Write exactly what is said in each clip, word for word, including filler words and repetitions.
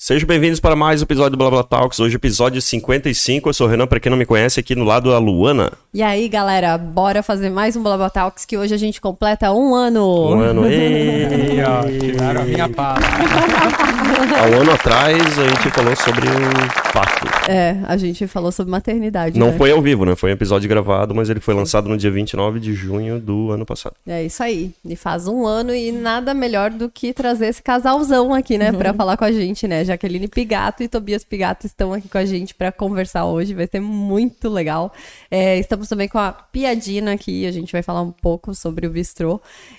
Sejam bem-vindos para mais um episódio do Blá Blá Talks. Hoje episódio cinquenta e cinco. Eu sou o Renan, para quem não me conhece, aqui no lado a Luana. E aí, galera, bora fazer mais um Blá Blá Talks, que hoje a gente completa um ano. Um ano. E ó, tiraram a minha fala. Há um ano atrás a gente falou sobre um parto. É, a gente falou sobre maternidade. Não né? foi ao vivo, né? Foi um episódio gravado, mas ele foi lançado no dia vinte e nove de junho do ano passado. É isso aí. E faz um ano e nada melhor do que trazer esse casalzão aqui, né? Uhum. Pra falar com a gente, né? Jaqueline Pigato e Tobias Pigato estão aqui com a gente pra conversar hoje. Vai ser muito legal. É, estamos também com a Piadina aqui. A gente vai falar um pouco sobre o bistrô.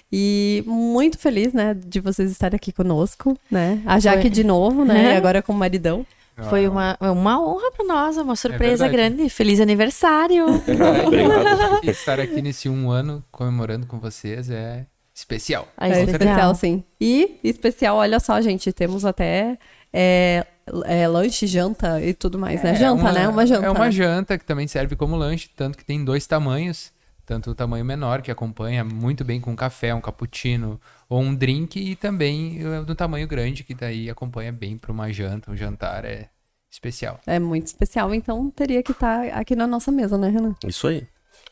E muito feliz, né? De vocês estarem aqui conosco, né? A Jaque foi. De novo, né? E agora com o maridão. Foi uma, uma honra para nós, uma surpresa é grande. Feliz aniversário! Obrigado. Estar aqui nesse um ano comemorando com vocês é especial. É, é especial, sim. E especial, olha só, gente, temos até é, é, lanche, janta e tudo mais, né? É janta, uma, né? Uma janta. É uma né? janta que também serve como lanche, tanto que tem dois tamanhos. Tanto o tamanho menor, que acompanha muito bem com um café, um cappuccino ou um drink, e também do tamanho grande, que daí acompanha bem para uma janta, um jantar é especial. É muito especial, então teria que estar aqui na nossa mesa, né, Renan? Isso aí.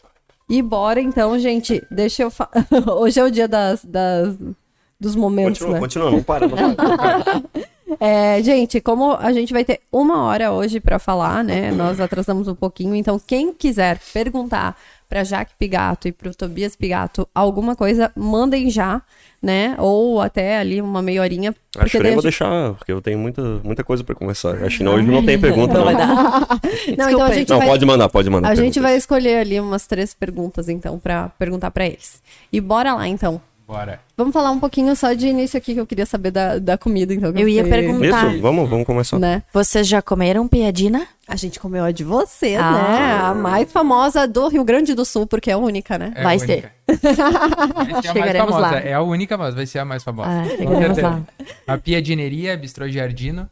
E bora então, gente, deixa eu falar. Hoje é o dia das, das, dos momentos, continua, né? Continua, não para, não para. É, gente, como a gente vai ter uma hora hoje para falar, né? Nós atrasamos um pouquinho, então quem quiser perguntar para Jaque Pigato e para o Tobias Pigato alguma coisa, mandem já, né? Ou até ali uma meia horinha. Acho que nem daí vou gente... deixar, porque eu tenho muita, muita coisa para conversar. Acho que hoje não tem pergunta. Não, Não, vai dar. não, então a gente não vai... pode mandar, pode mandar. A perguntas. gente vai escolher ali umas três perguntas, então, para perguntar para eles. E bora lá, então. Bora. Vamos falar um pouquinho só de início aqui, que eu queria saber da, da comida, então. Eu ia você... perguntar. Isso, vamos, vamos começar. Né? Vocês já comeram piadina? A gente comeu a de vocês, Ah. né? A mais famosa do Rio Grande do Sul, porque é a única, né? É Vai a ser. única. Vai ser a mais Chegaremos famosa. lá. É a única, mas vai ser a mais famosa. Ah, chegaremos lá. A Piadineria Bistrô Giardino,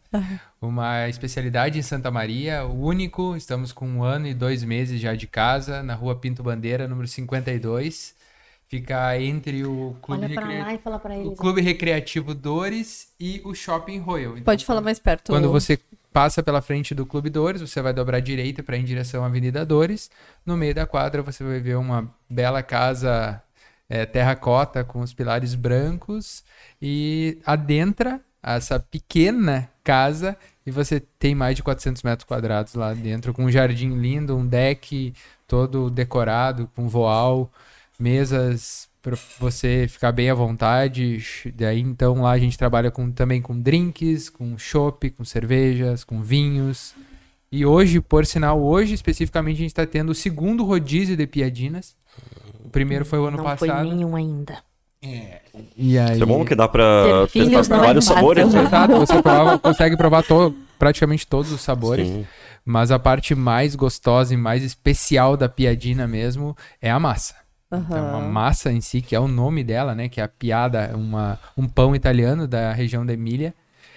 uma especialidade em Santa Maria, o único. Estamos com um ano e dois meses já de casa, na rua Pinto Bandeira, número cinquenta e dois. Fica entre o Clube, Olha pra Recre... lá e fala pra eles. o Clube Recreativo Dores e o Shopping Royal. Então, Pode falar mais perto. Quando você passa pela frente do Clube Dores, você vai dobrar à direita para ir em direção à Avenida Dores. No meio da quadra você vai ver uma bela casa é, terracota com os pilares brancos e adentra essa pequena casa e você tem mais de quatrocentos metros quadrados lá dentro, com um jardim lindo, um deck todo decorado com voal, mesas para você ficar bem à vontade. Daí então lá a gente trabalha com, também com drinks, com chopp, com cervejas, com vinhos. E hoje, por sinal, hoje especificamente a gente está tendo o segundo rodízio de piadinas. O primeiro foi o ano não passado. Não foi nenhum ainda. É. E aí... Isso é bom que dá pra Ter filhos tentar não vários é sabores. fácil. Né? Exato, você prova, consegue provar to, praticamente todos os sabores. Sim. Mas a parte mais gostosa e mais especial da piadina mesmo é a massa. Uhum. Então, a massa em si, que é o nome dela, né? Que é a piada, uma, um pão italiano da região da Emília.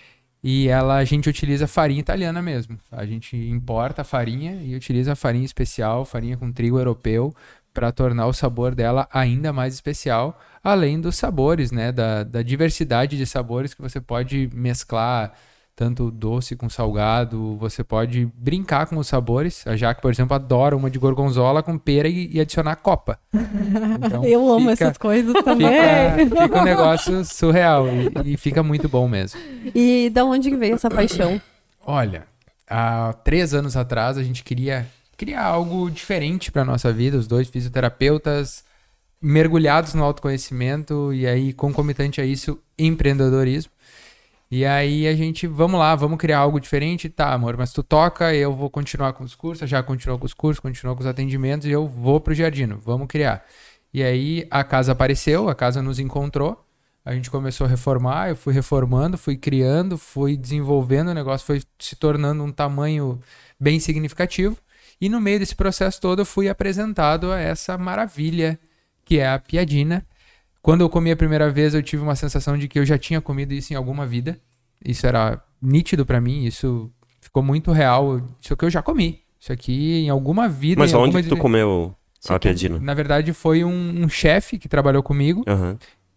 E ela, a gente utiliza farinha italiana mesmo. A gente importa a farinha e utiliza a farinha especial, farinha com trigo europeu, para tornar o sabor dela ainda mais especial. Além dos sabores, né? Da, da diversidade de sabores que você pode mesclar, tanto doce com salgado, você pode brincar com os sabores. A Jaque, por exemplo, adora uma de gorgonzola com pera e, e adicionar copa. Então, eu amo fica, essas coisas também. Fica, fica um negócio surreal e, e fica muito bom mesmo. E da onde que veio essa paixão? Olha, há três anos atrás a gente queria criar algo diferente para nossa vida, os dois fisioterapeutas mergulhados no autoconhecimento e aí, concomitante a isso, empreendedorismo. E aí a gente, vamos lá, vamos criar algo diferente. Tá, amor, mas tu toca, eu vou continuar com os cursos, já continuou com os cursos, continuou com os atendimentos e eu vou pro Giardino, vamos criar. E aí a casa apareceu, a casa nos encontrou, a gente começou a reformar, eu fui reformando, fui criando, fui desenvolvendo, o negócio foi se tornando um tamanho bem significativo. E no meio desse processo todo eu fui apresentado a essa maravilha que é a piadina. Quando eu comi a primeira vez, eu tive uma sensação de que eu já tinha comido isso em alguma vida. Isso era nítido pra mim, isso ficou muito real. Isso aqui eu já comi. Isso aqui em alguma vida... Mas em aonde alguma... que tu comeu a piadina? Na verdade, foi um, um chefe que trabalhou comigo. Uhum.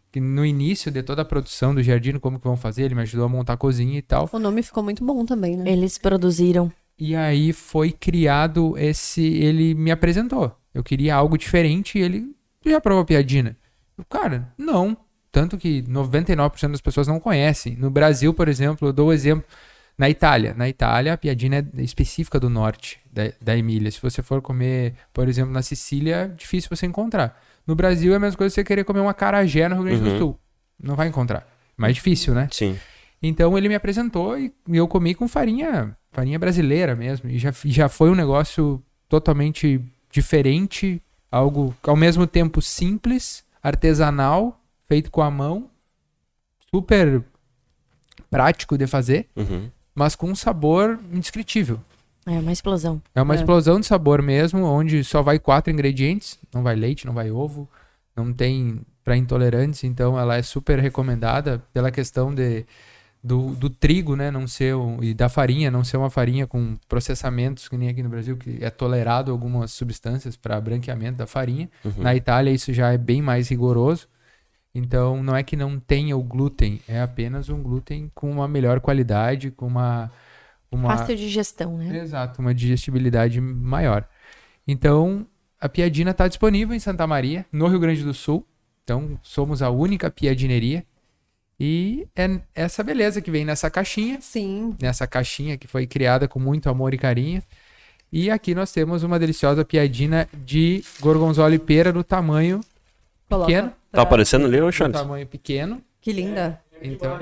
que no início de toda a produção do Giardino, como que vão fazer, ele me ajudou a montar a cozinha e tal. O nome ficou muito bom também, né? Eles produziram. E aí foi criado esse... Ele me apresentou. Eu queria algo diferente e ele... Já provou a Piadina? Eu, cara, não. Tanto que noventa e nove por cento das pessoas não conhecem. No Brasil, por exemplo, eu dou o exemplo... Na Itália. Na Itália, a Piadina é específica do norte da, da Emília. Se você for comer, por exemplo, na Sicília, é difícil você encontrar. No Brasil, é a mesma coisa que você querer comer um acarajé no Rio Grande Uhum. do Sul. Não vai encontrar. Mais difícil, né? Sim. Então ele me apresentou e eu comi com farinha, farinha brasileira mesmo. E já, já foi um negócio totalmente diferente, algo ao mesmo tempo simples, artesanal, feito com a mão, super prático de fazer, Uhum. mas com um sabor indescritível. É uma explosão. É uma É. explosão de sabor mesmo, onde só vai quatro ingredientes, não vai leite, não vai ovo, não tem para intolerantes, então ela é super recomendada pela questão de, do, do trigo, né, não ser um, e da farinha, não ser uma farinha com processamentos que nem aqui no Brasil, que é tolerado algumas substâncias para branqueamento da farinha. Uhum. Na Itália isso já é bem mais rigoroso. Então não é que não tenha o glúten, é apenas um glúten com uma melhor qualidade, com uma uma Fácil de gestão, né? Exato, uma digestibilidade maior. Então, a Piadina está disponível em Santa Maria, no Rio Grande do Sul. Então, somos a única piadineria. E é essa beleza que vem nessa caixinha, Sim. nessa caixinha que foi criada com muito amor e carinho. E aqui nós temos uma deliciosa piadina de gorgonzola e pera no tamanho Coloca pequeno. Tá pra- aparecendo ali, ô No Charles? tamanho pequeno. Que linda. Então,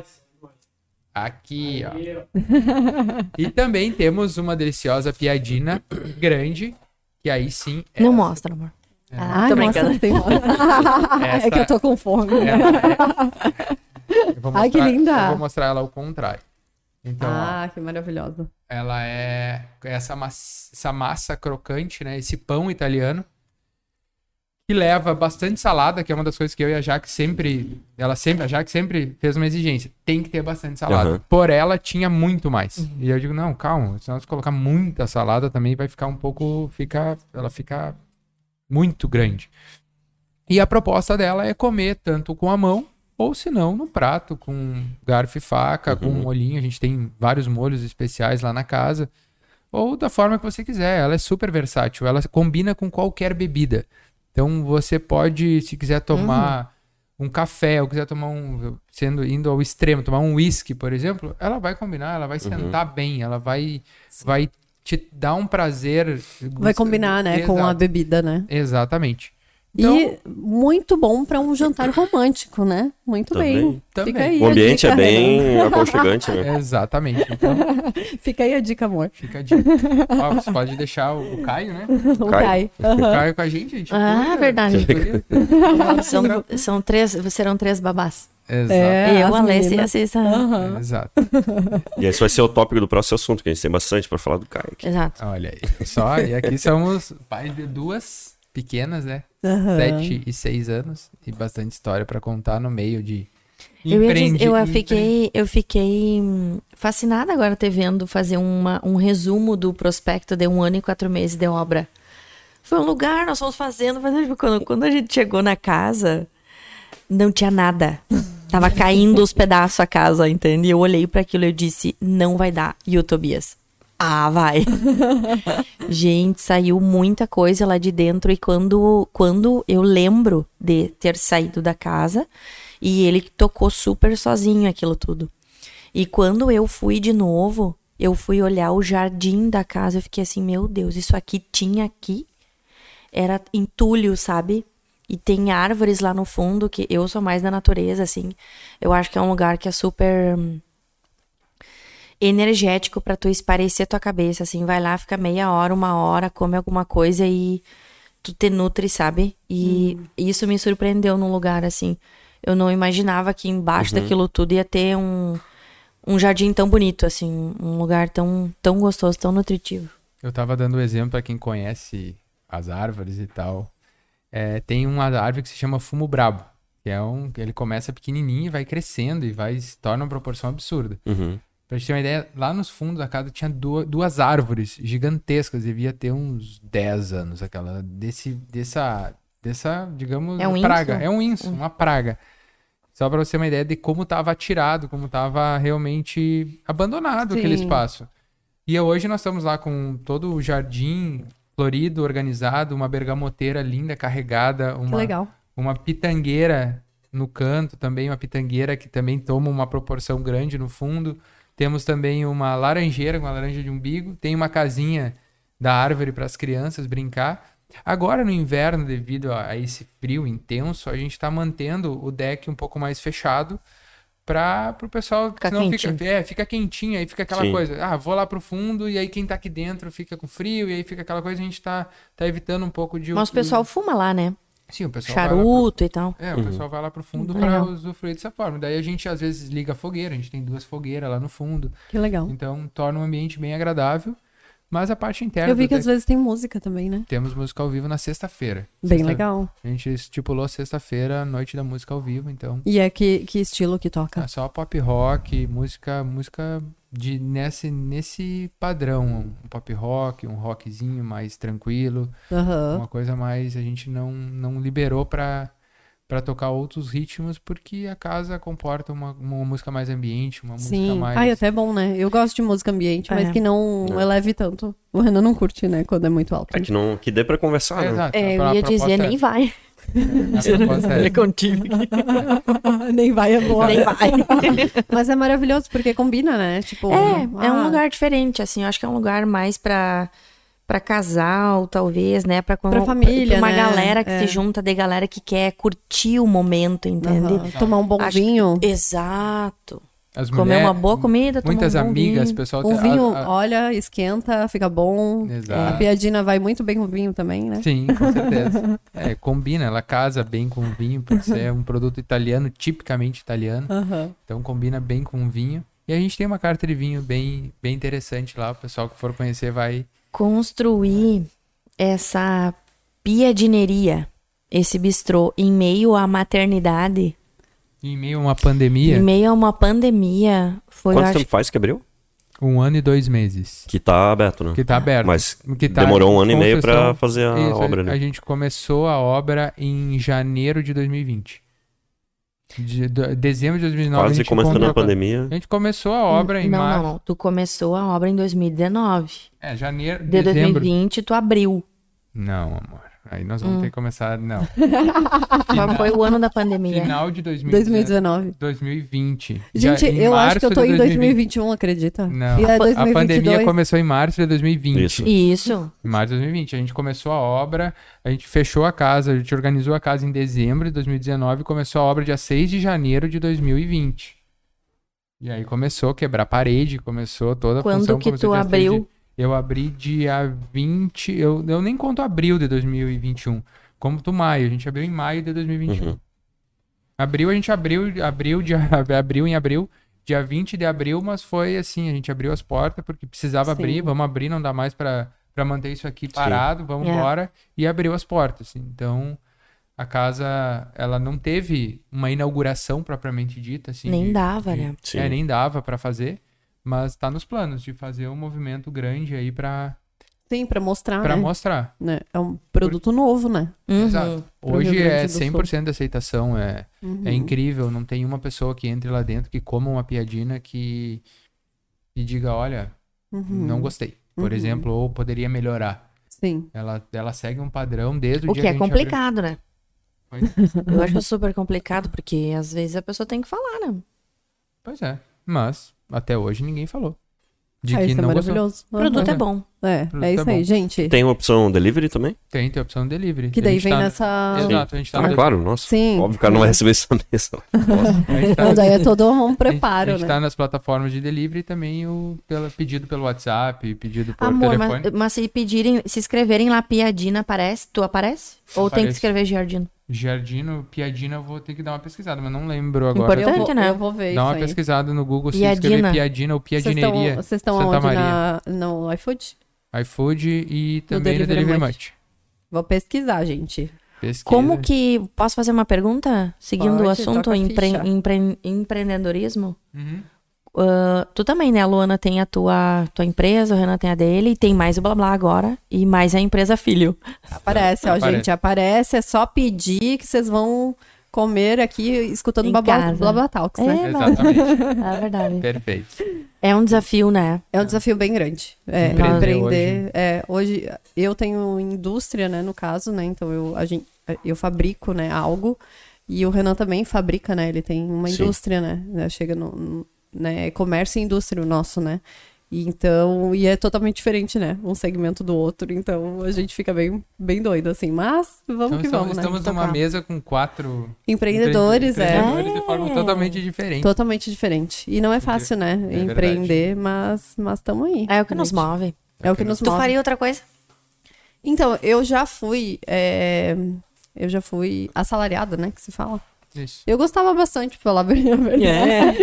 aqui, ó. E também temos uma deliciosa piadina grande, que aí sim... Não essa- mostra, amor. Ai, Tô nossa, brincando. tem... Essa- É que eu tô com fome. ela é- Eu vou Ai, que mostrar- linda. Eu vou mostrar ela ao contrário. Então, ó, Ah, que maravilhosa. ela é essa massa, essa massa crocante, né? Esse pão italiano que leva bastante salada, que é uma das coisas que eu e a Jaque sempre, ela sempre, a Jaque sempre fez uma exigência, tem que ter bastante salada. Aham. Por ela tinha muito mais. E eu digo, não, calma, se nós colocar muita salada também vai ficar um pouco, fica, ela fica muito grande. E a proposta dela é comer tanto com a mão ou se não no prato com garfo e faca, com um molhinho. A gente tem vários molhos especiais lá na casa. Ou da forma que você quiser. Ela é super versátil. Ela combina com qualquer bebida. Então você pode, se quiser tomar um café, ou quiser tomar um, sendo indo ao extremo, tomar um whisky, por exemplo, ela vai combinar, ela vai sentar bem, ela vai, vai te dar um prazer. Vai combinar, né, com a Exato. bebida, né? Exatamente. Então, E muito bom pra um jantar romântico, né? Muito Também. bem. Também. Fica aí O a ambiente dica, é bem aconchegante, né? exatamente. Então, Fica aí a dica, amor. fica a dica. Ó, você pode deixar o, o Caio, né? O Caio. Kai. O Caio com a gente. a gente Ah, cuida, verdade. a gente cuida. São, são três, serão três babás. Exato. É, eu, as a Alessia e a meninas. Cissa. Aham. Exato. E esse vai ser o tópico do próximo assunto, que a gente tem bastante pra falar do Caio aqui. Exato. Olha aí. Só, e aqui somos pais de duas pequenas, né? Aham. Sete e seis anos. E bastante história pra contar no meio de. Eu, ia dizer- empreendi- eu empre- fiquei, eu fiquei hum, fascinada agora te vendo fazer uma, um resumo do prospecto de um ano e quatro meses de obra. Foi um lugar, nós fomos fazendo, fazendo quando, quando a gente chegou na casa, não tinha nada. Tava caindo os pedaços a casa, entende? E eu olhei pra aquilo e eu disse, não vai dar. E o Tobias, ah, vai. Gente, saiu muita coisa lá de dentro e quando, quando eu lembro de ter saído da casa e ele tocou super sozinho aquilo tudo. E quando eu fui de novo, eu fui olhar o jardim da casa, eu fiquei assim, meu Deus, isso aqui tinha aqui? Era entulho, sabe? E tem árvores lá no fundo, que eu sou mais da natureza, assim. Eu acho que é um lugar que é super hum, energético pra tu esparecer tua cabeça, assim. Vai lá, fica meia hora, uma hora, come alguma coisa e tu te nutre, sabe? E isso me surpreendeu num lugar, assim. Eu não imaginava que embaixo daquilo tudo ia ter um, um jardim tão bonito, assim. Um lugar tão, tão gostoso, tão nutritivo. Eu tava dando o exemplo pra quem conhece as árvores e tal. É, tem uma árvore que se chama fumo brabo. Que é um. Ele começa pequenininho e vai crescendo e vai se torna uma proporção absurda. Uhum. Pra gente ter uma ideia, lá nos fundos da casa tinha duas, duas árvores gigantescas, devia ter uns dez anos, aquela, desse, dessa, dessa, digamos, É um praga. inso? É um inso, uma praga. Só pra você ter uma ideia de como tava tirado, como tava realmente abandonado Sim. aquele espaço. E hoje nós estamos lá com todo o jardim florido, organizado, uma bergamoteira linda, carregada, Que uma, legal. uma pitangueira no canto também, uma pitangueira que também toma uma proporção grande no fundo. Temos também uma laranjeira, uma laranja de umbigo. Tem uma casinha da árvore para as crianças brincar. Agora, no inverno, devido a, a esse frio intenso, a gente está mantendo o deck um pouco mais fechado para o pessoal... Fica senão quentinho. fica, é, fica quentinho, aí fica aquela Sim. coisa. Ah, vou lá pro fundo e aí quem tá aqui dentro fica com frio e aí fica aquela coisa. A gente tá, tá evitando um pouco de... Mas o pessoal fuma lá, né? Sim, o pessoal vai lá pro- Charuto e tal. é, o pessoal vai lá pro fundo Uhum. para Legal. usufruir dessa forma. Daí a gente às vezes liga a fogueira, a gente tem duas fogueiras lá no fundo. Que legal. Então torna um ambiente bem agradável. Mas a parte interna Eu vi do que às deck- vezes tem música também, né? temos música ao vivo na sexta-feira. Bem Sexta- legal. A gente estipulou sexta-feira, noite da música ao vivo, então E é que, que estilo que toca? é só pop rock, música, música de nesse nesse padrão, um pop rock, um rockzinho mais tranquilo, Aham. uma coisa mais a gente não não liberou pra para tocar outros ritmos porque a casa comporta uma, uma música mais ambiente, uma música Sim. mais Ai, até bom, né? Eu gosto de música ambiente, mas É. que não É. eleve tanto. O Renan não curte, né? Quando é muito alto. É que, não, que dê pra conversar, É, né? exato. É, A eu pro- a ia proposta dizer, é nem vai. essa. A proposta é É essa. contigo. Nem vai, é boa. Nem vai. Mas é maravilhoso porque combina, né? Tipo, É, é um ah, lugar diferente, assim. Eu acho que é um lugar mais pra, pra casal, talvez, né? Pra, Pra família, pra uma né? galera que É. se junta de galera que quer curtir o momento, entende? aham. Tomar um bom Acho vinho. Exato. As Comer mulher- uma boa comida, tomar muitas um bom amigas, vinho. pessoal Um tem- vinho, a- a- olha, esquenta, fica bom. Exato. A piadina vai muito bem com vinho também, né? Sim, com certeza. É, combina, ela casa bem com o vinho, porque é um produto italiano, tipicamente italiano, Aham. então combina bem com o vinho. E a gente tem uma carta de vinho bem, bem interessante lá, o pessoal que for conhecer vai... Construir essa piadineria, esse bistrô, em meio à maternidade, Em meio a uma pandemia, em meio a uma pandemia, foi, eu Quanto acho, tempo faz que abriu? um ano e dois meses, Que tá aberto, né? que tá aberto. Mas que tá demorou um em ano e meio pra construção. fazer a Isso, obra, a, né? a gente começou a obra em janeiro de dois mil e vinte. De, de- dezembro de dois mil e dezenove a Quase gente começando a contratou- pandemia. A gente começou a obra em não, março. não, não. Tu começou a obra em dois mil e dezenove. É, janeiro, De dezembro. dois mil e vinte, tu abriu. Não, amor. Aí nós Hum. vamos ter que começar. Não. Mas foi o ano da pandemia. Final de dois mil e dois mil e dezenove. dois mil e vinte. Gente, Já em eu acho que eu março tô de em dois mil e vinte e um, acredita? Não. E é A dois mil e vinte e dois. pandemia começou em março de dois mil e vinte. Isso. Isso. Em março de dois mil e vinte. A gente começou a obra, a gente fechou a casa, a gente organizou a casa em dezembro de dois mil e dezenove e começou a obra dia seis de janeiro de dois mil e vinte. E aí começou a quebrar parede, começou toda a Quando função. que começou tu dia seis de- abriu? Eu abri dia vinte, eu, eu nem conto abril de dois mil e vinte e um, conto maio, a gente abriu em maio de dois mil e vinte e um. Uhum. Abril a gente abriu, abriu, dia, abriu em abril, dia vinte de abril, mas foi assim, a gente abriu as portas porque precisava Sim. abrir, vamos abrir, não dá mais pra pra manter isso aqui parado, vamos É. embora, e abriu as portas. Então, a casa, ela não teve uma inauguração propriamente dita, assim. Nem de- dava, de- né? Sim. É, nem dava pra fazer, mas tá nos planos de fazer um movimento grande aí pra, Sim, pra mostrar, pra né? mostrar. Né? É um produto novo, né? Uhum. Exato. Pro Rio Hoje Grande é do Sul. cem por cento de aceitação, é, Uhum. é incrível, não tem uma pessoa que entre lá dentro que coma uma piadina que e diga, olha, Uhum. não gostei, por Uhum. exemplo, ou poderia melhorar. Sim. Ela, ela segue um padrão desde o, O dia que é a gente complicado, né? abriu. Eu acho super complicado, porque às vezes a pessoa tem que falar, né? Pois é, mas até hoje ninguém falou. De Ah, que isso é não gostou. maravilhoso. O produto Uhum. é bom. É, Produto é isso é aí, bom. gente. Tem opção delivery também? Tem, tem opção de delivery. Que A daí gente vem tá- nessa... Exato, a gente tá Ah, no- claro, nossa. Sim. Óbvio que o cara não vai receber essa mesa. a gente tá- Não, daí é todo um a gente- preparo, a gente né? tá nas plataformas de delivery e também o pelo, pedido pelo WhatsApp, pedido por Amor, mas, telefone. mas se pedirem, se escreverem lá piadina, aparece? Tu aparece? Ou tem que Aparece. escrever Giardino? Jardino, piadina, eu vou ter que dar uma pesquisada, mas não lembro agora. Importante. Eu vou, né? eu vou ver Dá uma isso aí. pesquisada no Google se Piadina. escrever piadina ou Vocês piadineria. estão- Vocês estão Santa onde? Maria. Na, no iFood? iFood e também no Delivery Delivery Munch. Munch. Vou pesquisar, gente. Pesquisa. Como que... Posso fazer uma pergunta? Seguindo o Pode, assunto toca a empre- ficha. empre- empreendedorismo? Uhum. Ah, tu também, né? A Luana tem a tua, tua empresa, o Renan tem a dele, e tem mais o Blá Blá agora, e mais a empresa filho. Aparece, ó, Aparece. gente. Aparece, é só pedir que vocês vão comer aqui escutando Em Blabla casa. Blabla Talks, né? É, Exatamente. É verdade. Perfeito. É um desafio, né? É um desafio bem grande. É, Empreender empreender. hoje. É, hoje eu tenho indústria, né, no caso, né? Então eu, a gente, eu fabrico, né, algo. E o Renan também fabrica, né? Ele tem uma Sim. indústria, né? Chega no, no né, comércio e indústria o nosso, né? E então, e é totalmente diferente, né? Um segmento do outro. Então a gente fica bem, bem doido, assim. Mas vamos Então, que estamos, vamos, né? estamos numa Tocar. mesa com quatro Empreendedores, é. empreendedores de forma É. totalmente diferente. Totalmente diferente. E não é fácil, né? É Empreender, mas mas estamos aí. É o que nos gente. move. É o que nos Tu move. faria outra coisa? Então, eu já fui. é, Eu já fui assalariada, né? Que se fala. Isso. Eu gostava bastante, pra falar bem a verdade. É.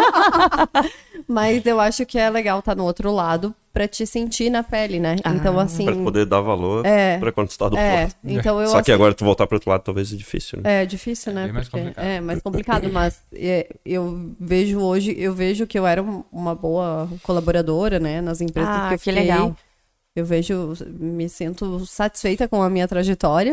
Mas eu acho que é legal estar no outro lado pra te sentir na pele, né? Ah. Então, assim. Pra poder dar valor É. pra quando tu tá do É, outro. então eu. Só que assim, agora tu voltar pro outro lado talvez é difícil, né? É difícil, né? É bem mais Porque complicado. é mais complicado, mas é, eu vejo hoje, eu vejo que eu era um- uma boa colaboradora, né? Nas empresas Ah, que eu que fiquei. legal. Eu vejo, me sinto satisfeita com a minha trajetória.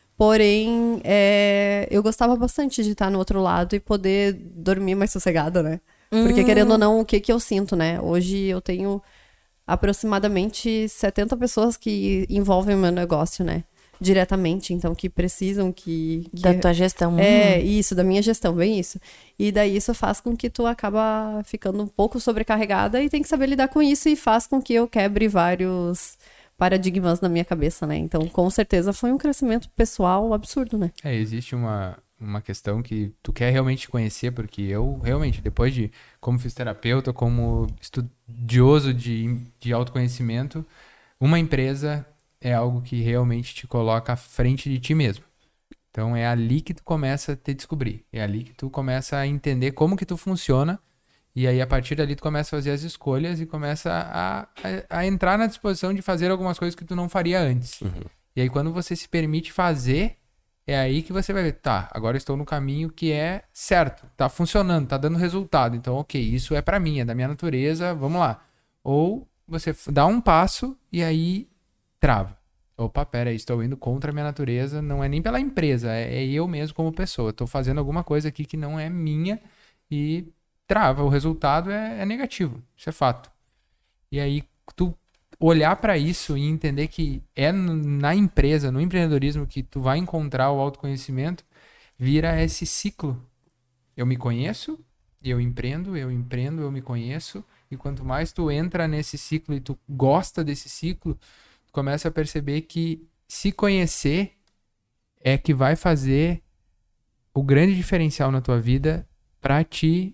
Porém, é, eu gostava bastante de estar no outro lado e poder dormir mais sossegada, né? Porque, querendo ou não, o que que eu sinto, né? Hoje eu tenho aproximadamente setenta pessoas que envolvem o meu negócio, né? Diretamente, então, que precisam que... que Da tua gestão. É, isso, da minha gestão, bem isso. E daí isso faz com que tu acaba ficando um pouco sobrecarregada e tem que saber lidar com isso e faz com que eu quebre vários paradigmas na minha cabeça, né? Então, com certeza foi um crescimento pessoal absurdo, né? É, existe uma, uma questão que tu quer realmente conhecer, porque eu realmente, depois de, como fisioterapeuta, como estudioso de, de autoconhecimento, uma empresa é algo que realmente te coloca à frente de ti mesmo. Então é ali que tu começa a te descobrir, é ali que tu começa a entender como que tu funciona, e aí a partir dali tu começa a fazer as escolhas e começa a, a, a entrar na disposição de fazer algumas coisas que tu não faria antes. E aí quando você se permite fazer, é aí que você vai ver, tá, agora eu estou no caminho que é certo, tá funcionando, tá dando resultado, então ok, isso é pra mim, é da minha natureza, vamos lá. Ou você f- dá um passo e aí trava. Opa, pera aí, estou indo contra a minha natureza, não é nem pela empresa, é, é eu mesmo como pessoa, estou fazendo alguma coisa aqui que não é minha e trava, o resultado é, é negativo, isso é fato. E aí tu olhar para isso e entender que é n- na empresa, no empreendedorismo que tu vai encontrar o autoconhecimento, vira esse ciclo. Eu me conheço, eu empreendo, eu empreendo, eu me conheço, e quanto mais tu entra nesse ciclo e tu gosta desse ciclo, tu começa a perceber que se conhecer é que vai fazer o grande diferencial na tua vida para ti.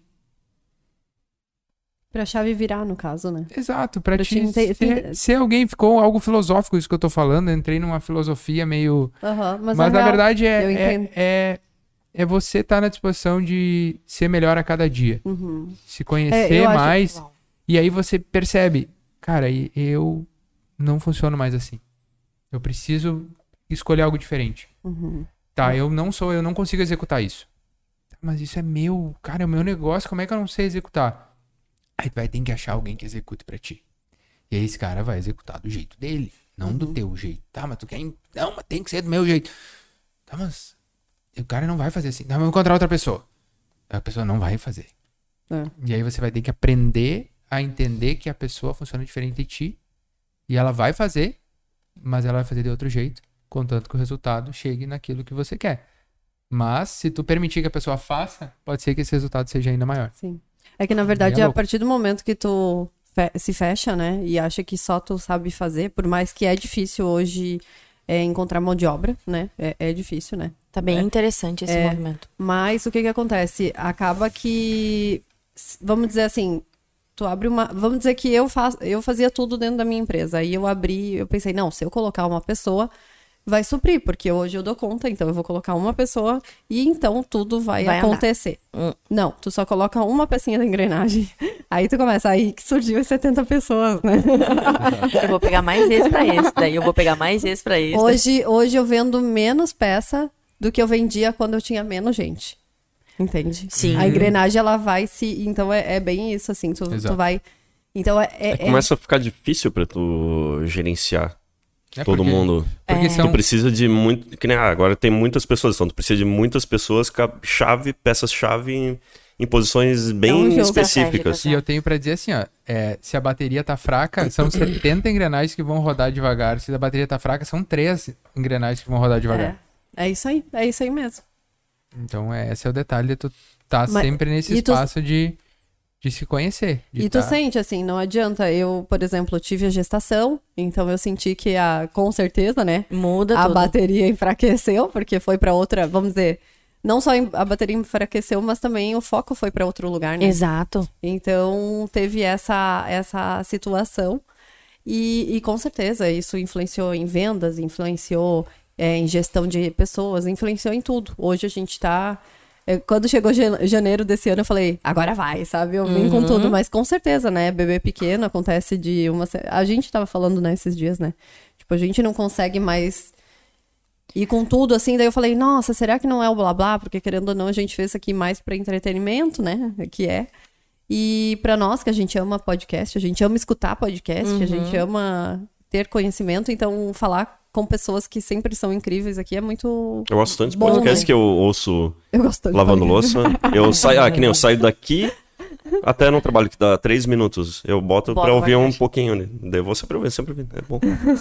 Pra chave virar, no caso, né? Exato, pra Pra ti te ente- ser, ser alguém, ficou algo filosófico isso que eu tô falando, eu entrei numa filosofia meio... Aham, mas, Mas, na na real, verdade eu é, é, entendo. é, é você estar na disposição de ser melhor a cada dia, Uhum. se conhecer É, eu acho- mais, e aí você percebe, cara, e- eu não funciono mais assim, eu preciso escolher algo diferente. Uhum. Tá, eu não sou, eu não consigo executar isso. Mas isso é meu, cara, é o meu negócio, como é que eu não sei executar? Aí tu vai ter que achar alguém que execute pra ti. E aí esse cara vai executar do jeito dele, não do teu jeito. Tá, mas tu quer... im- Não, mas tem que ser do meu jeito. Tá, mas o cara não vai fazer assim. Tá, mas eu vou encontrar outra pessoa. A pessoa não vai fazer. É. E aí você vai ter que aprender a entender que a pessoa funciona diferente de ti. E ela vai fazer, mas ela vai fazer de outro jeito, contanto que o resultado chegue naquilo que você quer. Mas se tu permitir que a pessoa faça, pode ser que esse resultado seja ainda maior. Sim. É que, na verdade, É a louco. partir do momento que tu fe- se fecha, né? E acha que só tu sabe fazer, por mais que é difícil hoje é, encontrar mão de obra, né? É, é difícil, né? Tá bem É. interessante esse É. movimento. Mas o que que acontece? Acaba que, s- vamos dizer assim, tu abre uma... Vamos dizer que eu, faz, eu fazia tudo dentro da minha empresa. Aí eu abri, eu pensei, não, se eu colocar uma pessoa, vai suprir, porque hoje eu dou conta, então eu vou colocar uma pessoa e então tudo vai, Vai andar. acontecer. Hum. Não, tu só coloca uma pecinha da engrenagem. Aí tu começa, aí que surgiu as setenta pessoas, né? Eu vou pegar mais esse pra esse, daí eu vou pegar mais esse pra esse. Hoje, hoje eu vendo menos peça do que eu vendia quando eu tinha menos gente. Entende? Sim. A engrenagem, ela vai se... Então, é, é bem isso, assim. Tu, Exato. tu vai... Então, é... é- É, é- começa a ficar difícil pra tu gerenciar. É Todo porque- mundo. Porque É. são... Tu precisa de muito. Que nem, ah, agora tem muitas pessoas, então tu precisa de muitas pessoas com a chave, peças-chave em, em posições bem É um jogo. específicas. E eu tenho pra dizer assim, ó, é, se a bateria tá fraca, são setenta engrenagens que vão rodar devagar. Se a bateria tá fraca, são três engrenagens que vão rodar devagar. É, é isso aí, é isso aí mesmo. Então, é, esse é o detalhe de tu tá Mas- sempre nesse e tu- espaço de, de se conhecer. de E tu tá- sente, assim, não adianta. Eu, por exemplo, tive a gestação, então eu senti que, a, com certeza, né, Muda a tudo. bateria enfraqueceu, porque foi pra outra, vamos dizer, não só em- a bateria enfraqueceu, mas também o foco foi pra outro lugar, né? Exato. Então, teve essa, essa situação e, e com certeza isso influenciou em vendas, influenciou é, em gestão de pessoas, influenciou em tudo. Hoje a gente tá... é, quando chegou jane- janeiro desse ano, eu falei, agora vai, sabe? Eu vim com tudo, mas com certeza, né? Bebê pequeno acontece de uma... se- A gente tava falando, né, esses dias, né? Tipo, a gente não consegue mais ir com tudo, assim. Daí eu falei, nossa, será que não é o blá blá? Porque querendo ou não, a gente fez isso aqui mais pra entretenimento, né? Que é. E pra nós, que a gente ama podcast, a gente ama escutar podcast, a gente ama ter conhecimento, então falar com pessoas que sempre são incríveis aqui é muito... Eu gosto tanto de bom, podcast né? que eu ouço Eu gosto de lavando podcast. louça. Eu saio, ah, que nem eu saio daqui até no trabalho, que dá três minutos. Eu boto Bota pra ouvir um podcast. pouquinho, né? Daí eu vou sempre ouvindo, sempre ouvindo. É bom.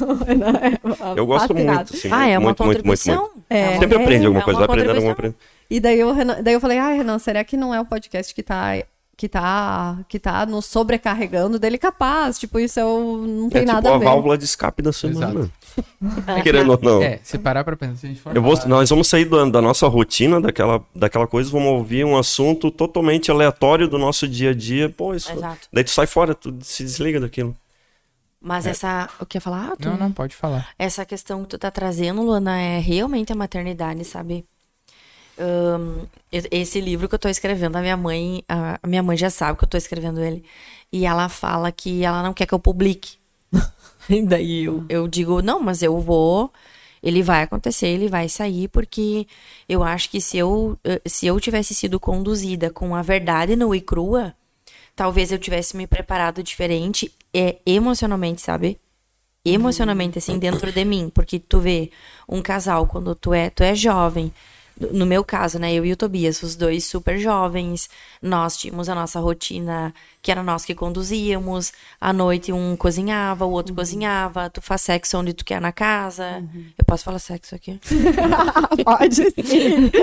É, Eu gosto fascinado. muito, assim. Ah, é uma muito, muito, muito, contribuição. muito. É. uma- Sempre aprende alguma é coisa, uma vai aprendendo alguma contribuição. coisa. E daí, o Renan, daí eu falei, ai, Renan, será que não é o podcast que tá... Que tá, que tá nos sobrecarregando dele capaz, tipo, isso eu, não tem É nada tipo a a ver. válvula de escape da semana. Exato. Querendo ou não. É, se parar pra pensar, se a gente for Eu vou, falar- nós vamos sair da, da nossa rotina, daquela, daquela coisa, vamos ouvir um assunto totalmente aleatório do nosso dia a dia. Pô, isso. Exato. Daí tu sai fora, tu se desliga daquilo. Mas essa... O que ia falar? Tu- Não, não, pode falar. Essa questão que tu tá trazendo, Luana, é realmente a maternidade, sabe? Ahn, e- esse livro que eu tô escrevendo, a minha mãe, a a minha mãe já sabe que eu tô escrevendo ele. E ela fala que ela não quer que eu publique. E daí eu, eu digo, não, mas eu vou, ele vai acontecer, ele vai sair, porque eu acho que se eu, eh, se eu tivesse sido conduzida com a verdade nua e crua, talvez eu tivesse me preparado diferente, é, emocionalmente, sabe? Emocionalmente, assim, dentro de mim. Porque tu vê um casal, quando tu é, tu é jovem, no meu caso, né, eu e o Tobias, os dois super jovens, nós tínhamos a nossa rotina, que era nós que conduzíamos, à noite um cozinhava, o outro cozinhava, tu faz sexo onde tu quer na casa. Eu posso falar sexo aqui? Pode sim.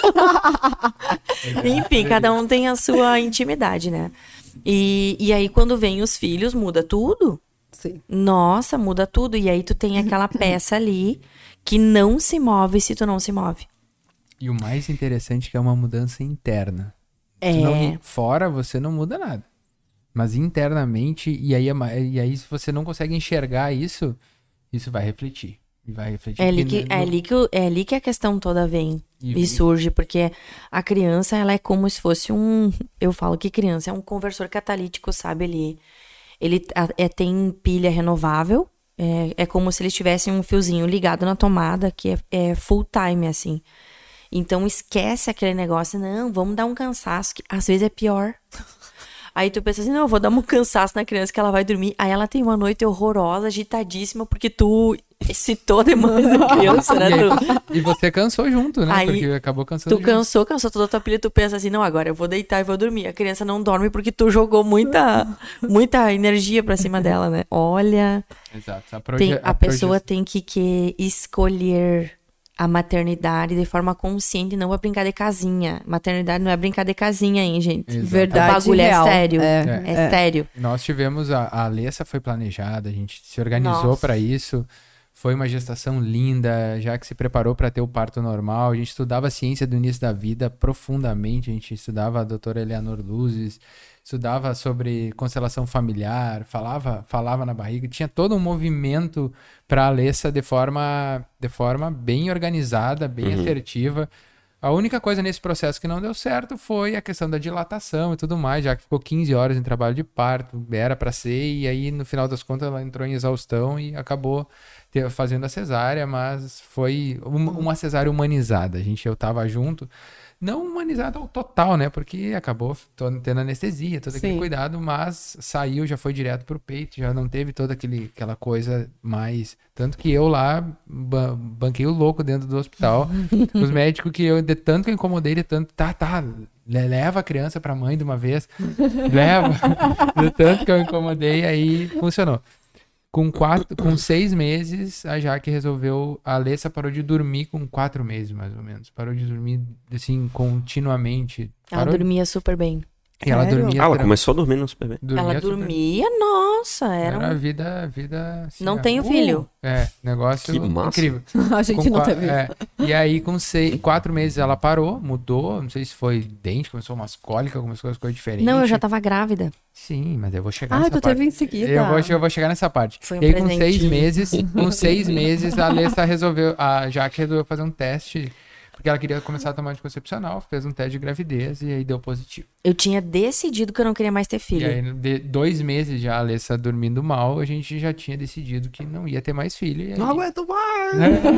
Enfim, cada um tem a sua intimidade, né? E, e aí, quando vem os filhos, muda tudo. Sim. Nossa, muda tudo. E aí, tu tem aquela peça ali que não se move se tu não se move. E o mais interessante é que é uma mudança interna. É. Tu não- fora você não muda nada. Mas internamente, e aí, é ma- e aí se você não consegue enxergar isso, isso vai refletir. E vai refletir. É ali, porque que, no- é, ali que, o- é ali que a questão toda vem E- e, surge, porque a criança, ela é como se fosse um... Eu falo que criança é um conversor catalítico, sabe? Ele, ele a- é, tem pilha renovável, é, é como se eles tivessem um fiozinho ligado na tomada, que é, é full time, assim. Então esquece aquele negócio, não, vamos dar um cansaço, que às vezes é pior. Aí tu pensa assim, não, eu vou dar um cansaço na criança que ela vai dormir. Aí ela tem uma noite horrorosa, agitadíssima, porque tu excitou demais a criança, né? Tu, E você cansou junto, né? Aí, Porque acabou cansando tu junto. cansou, cansou toda a tua pilha, tu pensa assim, não, agora eu vou deitar e vou dormir. A criança não dorme porque tu jogou muita, muita energia pra cima dela, né? Olha, Exato. A, proje- tem, a pessoa proje- tem que, que escolher a maternidade de forma consciente, não vai brincar de casinha. Maternidade não é brincar de casinha, hein, gente? Exato. Verdade O bagulho real. é sério. É, É, é. sério. Nós tivemos, a, a Alessa foi planejada, a gente se organizou Nossa. para isso. Foi uma gestação linda, já que se preparou para ter o parto normal. A gente estudava a ciência do início da vida profundamente. A gente estudava a doutora Eleanor Luzes, estudava sobre constelação familiar, falava, falava na barriga. Tinha todo um movimento para a Alessa de forma, de forma bem organizada, bem assertiva. A única coisa nesse processo que não deu certo foi a questão da dilatação e tudo mais, já que ficou quinze horas em trabalho de parto, era para ser, e aí no final das contas ela entrou em exaustão e acabou ter- fazendo a cesárea, mas foi uma, uma cesárea humanizada. A gente, eu tava junto, não humanizado ao total, né? Porque acabou to- tendo anestesia, todo aquele Sim. cuidado, mas saiu, já foi direto pro peito, já não teve toda aquele, aquela coisa mais... Tanto que eu lá ba- banquei o louco dentro do hospital. Os médicos que eu, de tanto que eu incomodei, de tanto, tá, tá, le- leva a criança pra mãe de uma vez, leva. De tanto que eu incomodei, aí funcionou. Com, quatro, com seis meses, a Jaque resolveu... A Alessa parou de dormir com quatro meses, mais ou menos. Parou de dormir, assim, continuamente. Ela Parou... dormia super bem. E ela Sério? dormia... Ah, ela tran- começou a dormir no super bem. dormia Ela super- dormia, nossa, era Era um... vida... vida assim, Não ó. tenho Uh! filho. É, negócio Que massa. incrível. A gente Com não qua- teve. é, e aí, com seis, quatro meses, ela parou, mudou. Não sei se foi dente, começou umas cólicas, começou as coisas diferentes. Não, eu já tava grávida. Sim, mas eu vou chegar Ah, nessa tu parte. teve em seguida. Eu vou, eu vou chegar nessa parte. Foi um e aí, com presentinho. seis meses, com seis meses, a Alessa resolveu, a Jaque resolveu fazer um teste, porque ela queria começar a tomar anticoncepcional, fez um teste de gravidez e aí deu positivo. Eu tinha decidido que eu não queria mais ter E filho. aí, de dois meses já, a Alessa dormindo mal, a gente já tinha decidido que não ia ter mais filho. E aí, Não aguento mais!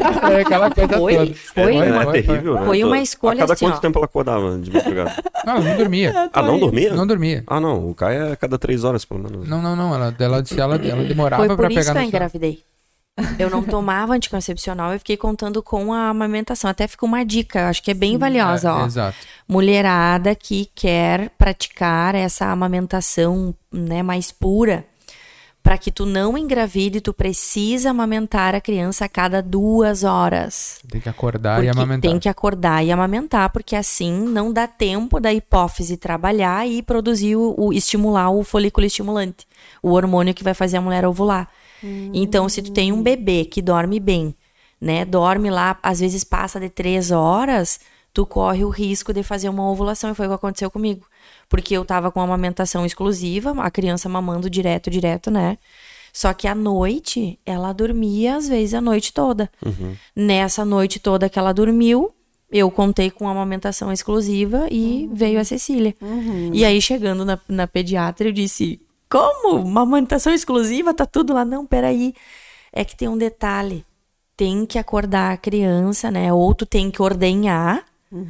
é aquela coisa Foi? toda. Foi? É, Foi, é foi, terrível, né? Foi uma Tô- escolha A cada assim, quanto ó. tempo ela acordava de madrugada? Não, não dormia. Ah, não dormia? Não dormia. Ah, não. O Caio é a cada três horas, pelo menos. Não, não, não. Ela, ela disse ela, ela demorava Foi pra por isso pegar que eu no sono. engravidei. Eu não tomava anticoncepcional, eu fiquei contando com a amamentação. Até ficou uma dica, acho que é bem valiosa, É, ó. Exato. Mulherada que quer praticar essa amamentação, né, mais pura, para que tu não engravide, tu precisa amamentar a criança a cada duas horas. Tem que acordar Porque e amamentar. tem que acordar e amamentar, porque assim não dá tempo da hipófise trabalhar e produzir o, o estimular o folículo estimulante, o hormônio que vai fazer a mulher ovular. Então, se tu tem um bebê que dorme bem, né, dorme lá, às vezes passa de três horas, tu corre o risco de fazer uma ovulação, e foi o que aconteceu comigo. Porque eu tava com amamentação exclusiva, a criança mamando direto, direto, né? Só que à noite, ela dormia, às vezes, a noite toda. Nessa noite toda que ela dormiu, eu contei com amamentação exclusiva e veio a Cecília. E aí, chegando na, na pediatra, eu disse... Como? Uma amamentação exclusiva? Tá tudo lá? Não, peraí. É que tem um detalhe. Tem que acordar a criança, né? Ou tu tem que ordenhar,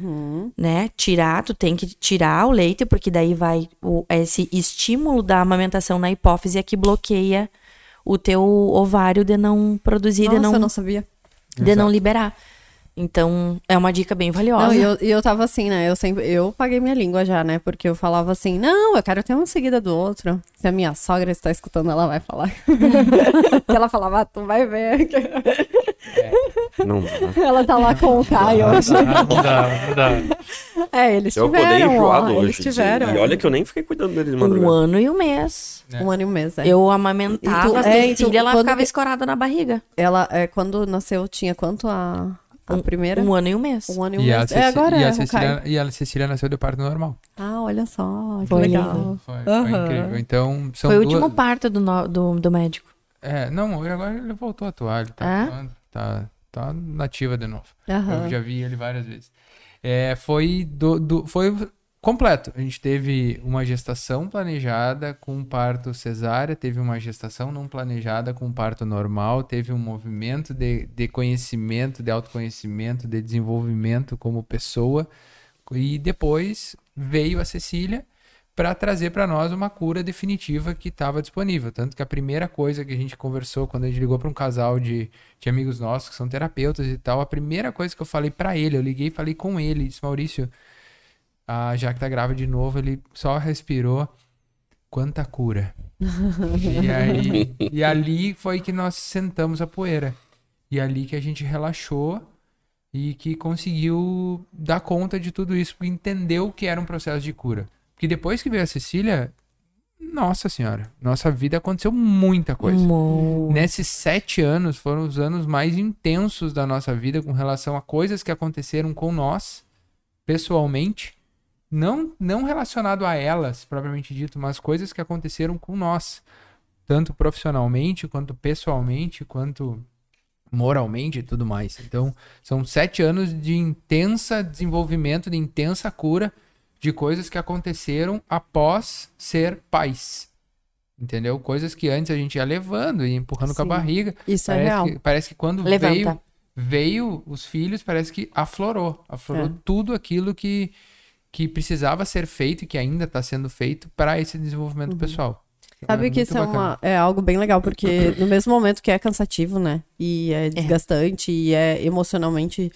né? Tirar, tu tem que tirar o leite, porque daí vai... O, esse estímulo da amamentação na hipófise é que bloqueia o teu ovário de não produzir, Nossa, de não, eu não sabia. de não liberar. Então, é uma dica bem valiosa. Não, e eu, e eu tava assim, né? Eu sempre, eu paguei minha língua já, né? Porque eu falava assim, não, eu quero ter uma seguida do outro. Se a minha sogra está escutando, ela vai falar. Que ela falava, ah, tu vai ver. Não dá. Ela tá lá com o Caio hoje. Não dá, não dá. É, eles Eu acordei tiveram, ó, enjoado eles hoje. tiveram. E olha que eu nem fiquei cuidando deles de Um madrugada. ano e um mês. Um ano e um mês, é. Eu amamentava E tu- a é, Cecília, então, ela quando ficava que- escorada na barriga. Ela, é, quando nasceu, tinha quanto a, a primeira? Um ano e um mês. Um ano e um E a, mês. Ceci- É, agora e, é, a o Caio. Cecília, e a Cecília nasceu de parto normal. Ah, olha só, que Foi legal. lindo. Foi, foi Aham. incrível. Então, são Foi o duas... último parto do, no- do, do médico. É, não, agora ele voltou a atuar. Ele tá, Ah? atuando, tá, tá nativa de novo. Aham. Eu já vi ele várias vezes. É, foi, do, do- foi completo. A gente teve uma gestação planejada com um parto cesárea, teve uma gestação não planejada com um parto normal, teve um movimento de, de conhecimento, de autoconhecimento, de desenvolvimento como pessoa. E depois veio a Cecília para trazer para nós uma cura definitiva que estava disponível. Tanto que a primeira coisa que a gente conversou quando a gente ligou para um casal de, de amigos nossos que são terapeutas e tal, a primeira coisa que eu falei para ele, eu liguei e falei com ele, disse, Maurício, ah, já que tá grávida de novo, ele só respirou, quanta cura. e, aí, e ali foi que nós sentamos a poeira. E ali que a gente relaxou e que conseguiu dar conta de tudo isso, porque entendeu que era um processo de cura. Porque depois que veio a Cecília, nossa senhora, nossa vida aconteceu muita coisa. Mo- Nesses sete anos foram os anos mais intensos da nossa vida com relação a coisas que aconteceram com nós, pessoalmente, não, não relacionado a elas, propriamente dito, mas coisas que aconteceram com nós, tanto profissionalmente, quanto pessoalmente, quanto moralmente e tudo mais. Então, são sete anos de intensa desenvolvimento, de intensa cura, de coisas que aconteceram após ser pais. Entendeu? Coisas que antes a gente ia levando e empurrando com a Sim. barriga. Isso é Parece real. que, parece que quando Levanta. veio, veio os filhos, parece que aflorou. Aflorou É. tudo aquilo que, que precisava ser feito e que ainda está sendo feito para esse desenvolvimento pessoal. Sabe É que muito isso é, bacana. uma, é algo bem legal, porque no mesmo momento que é cansativo, né? E é desgastante, e é emocionalmente,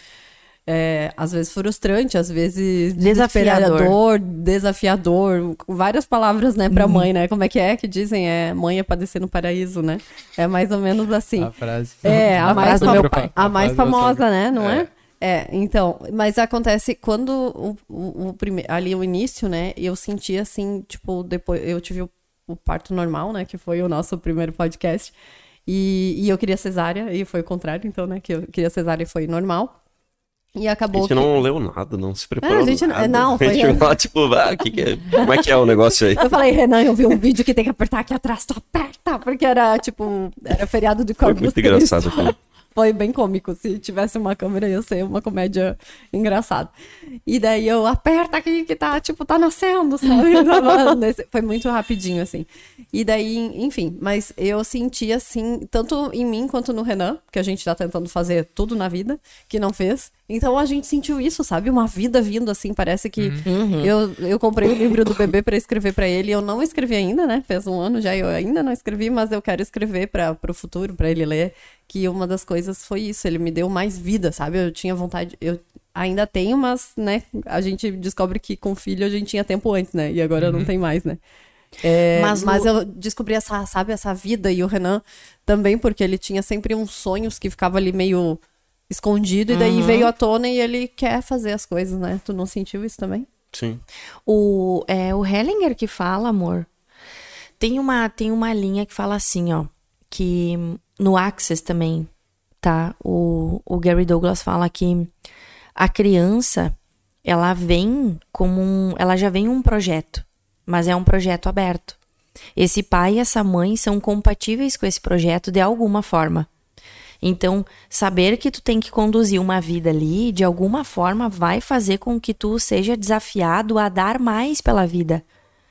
é, às vezes frustrante, às vezes Desafiador. desesperador, desafiador, com várias palavras, né, pra mãe, né? Como é que é que dizem? É mãe é padecer no paraíso, né? É mais ou menos assim. A frase. É, a, A mais, frase do fam- meu pai. a A mais frase do famosa, Antônio. né? Não é? É. É, então, mas acontece quando o, o, o prime... ali o início, né? Eu senti assim, tipo, depois eu tive o, o parto normal, né? Que foi o nosso primeiro podcast. E, e eu queria cesárea, e foi o contrário, então, né? Que eu queria cesárea e foi normal. E A acabou gente que... não leu nada, não se preparou. É, a gente não- nada. não, A gente foi- ficou lá, tipo, ah, que que é? Como é que é o negócio aí? Eu falei, Renan, eu vi um vídeo que tem que apertar aqui atrás, tu aperta, porque era, tipo, era feriado de Foi Corpus muito Christi. engraçado aquilo. Foi bem cômico. Se tivesse uma câmera, ia ser uma comédia engraçada. E daí eu, aperta aqui que tá, tipo, tá nascendo, sabe? Tava nesse- Foi muito rapidinho, assim. E daí, enfim, mas eu senti, assim, tanto em mim quanto no Renan, que a gente tá tentando fazer tudo na vida, que não fez. Então a gente sentiu isso, sabe? Uma vida vindo, assim, parece que... Eu, eu comprei o livro do bebê pra escrever pra ele, eu não escrevi ainda, né? Fez um ano já, eu ainda não escrevi, mas eu quero escrever para pro futuro, pra ele ler. Que uma das coisas foi isso, ele me deu mais vida, sabe? Eu tinha vontade, eu ainda tenho, mas, né, a gente descobre que com filho a gente tinha tempo antes, né? E agora não tem mais, né? É, Mas mas no- eu descobri essa, sabe, essa vida, e o Renan também, porque ele tinha sempre uns sonhos que ficava ali meio escondido, e daí veio à tona e ele quer fazer as coisas, né? Tu não sentiu isso também? Sim. O, é o Hellinger que fala, amor. Tem uma, tem uma linha que fala assim, ó. Que no Access também, tá? O, o Gary Douglas fala que a criança, ela vem como um... Ela já vem um projeto, mas é um projeto aberto. Esse pai e essa mãe são compatíveis com esse projeto de alguma forma. Então, saber que tu tem que conduzir uma vida ali, de alguma forma, vai fazer com que tu seja desafiado a dar mais pela vida.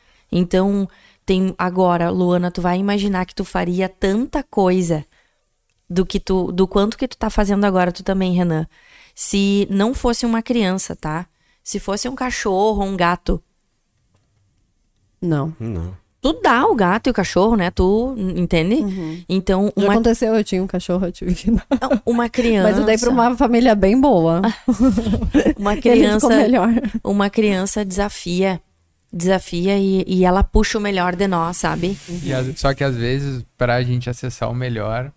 Então, tem agora, Luana, tu vai imaginar que tu faria tanta coisa do que tu, do quanto que tu tá fazendo agora, tu também, Renan. Se não fosse uma criança, tá? Se fosse um cachorro, um gato, Não. Não. tu dá o gato e o cachorro, né? Tu entende? Então, Já uma, aconteceu, eu tinha um cachorro, eu tive que dar. uma criança. Mas eu dei pra uma família bem boa. Uma Ele ficou criança. melhor. Uma criança desafia. Desafia e, e ela puxa o melhor de nós, sabe? E às- só que às vezes, pra gente acessar o melhor,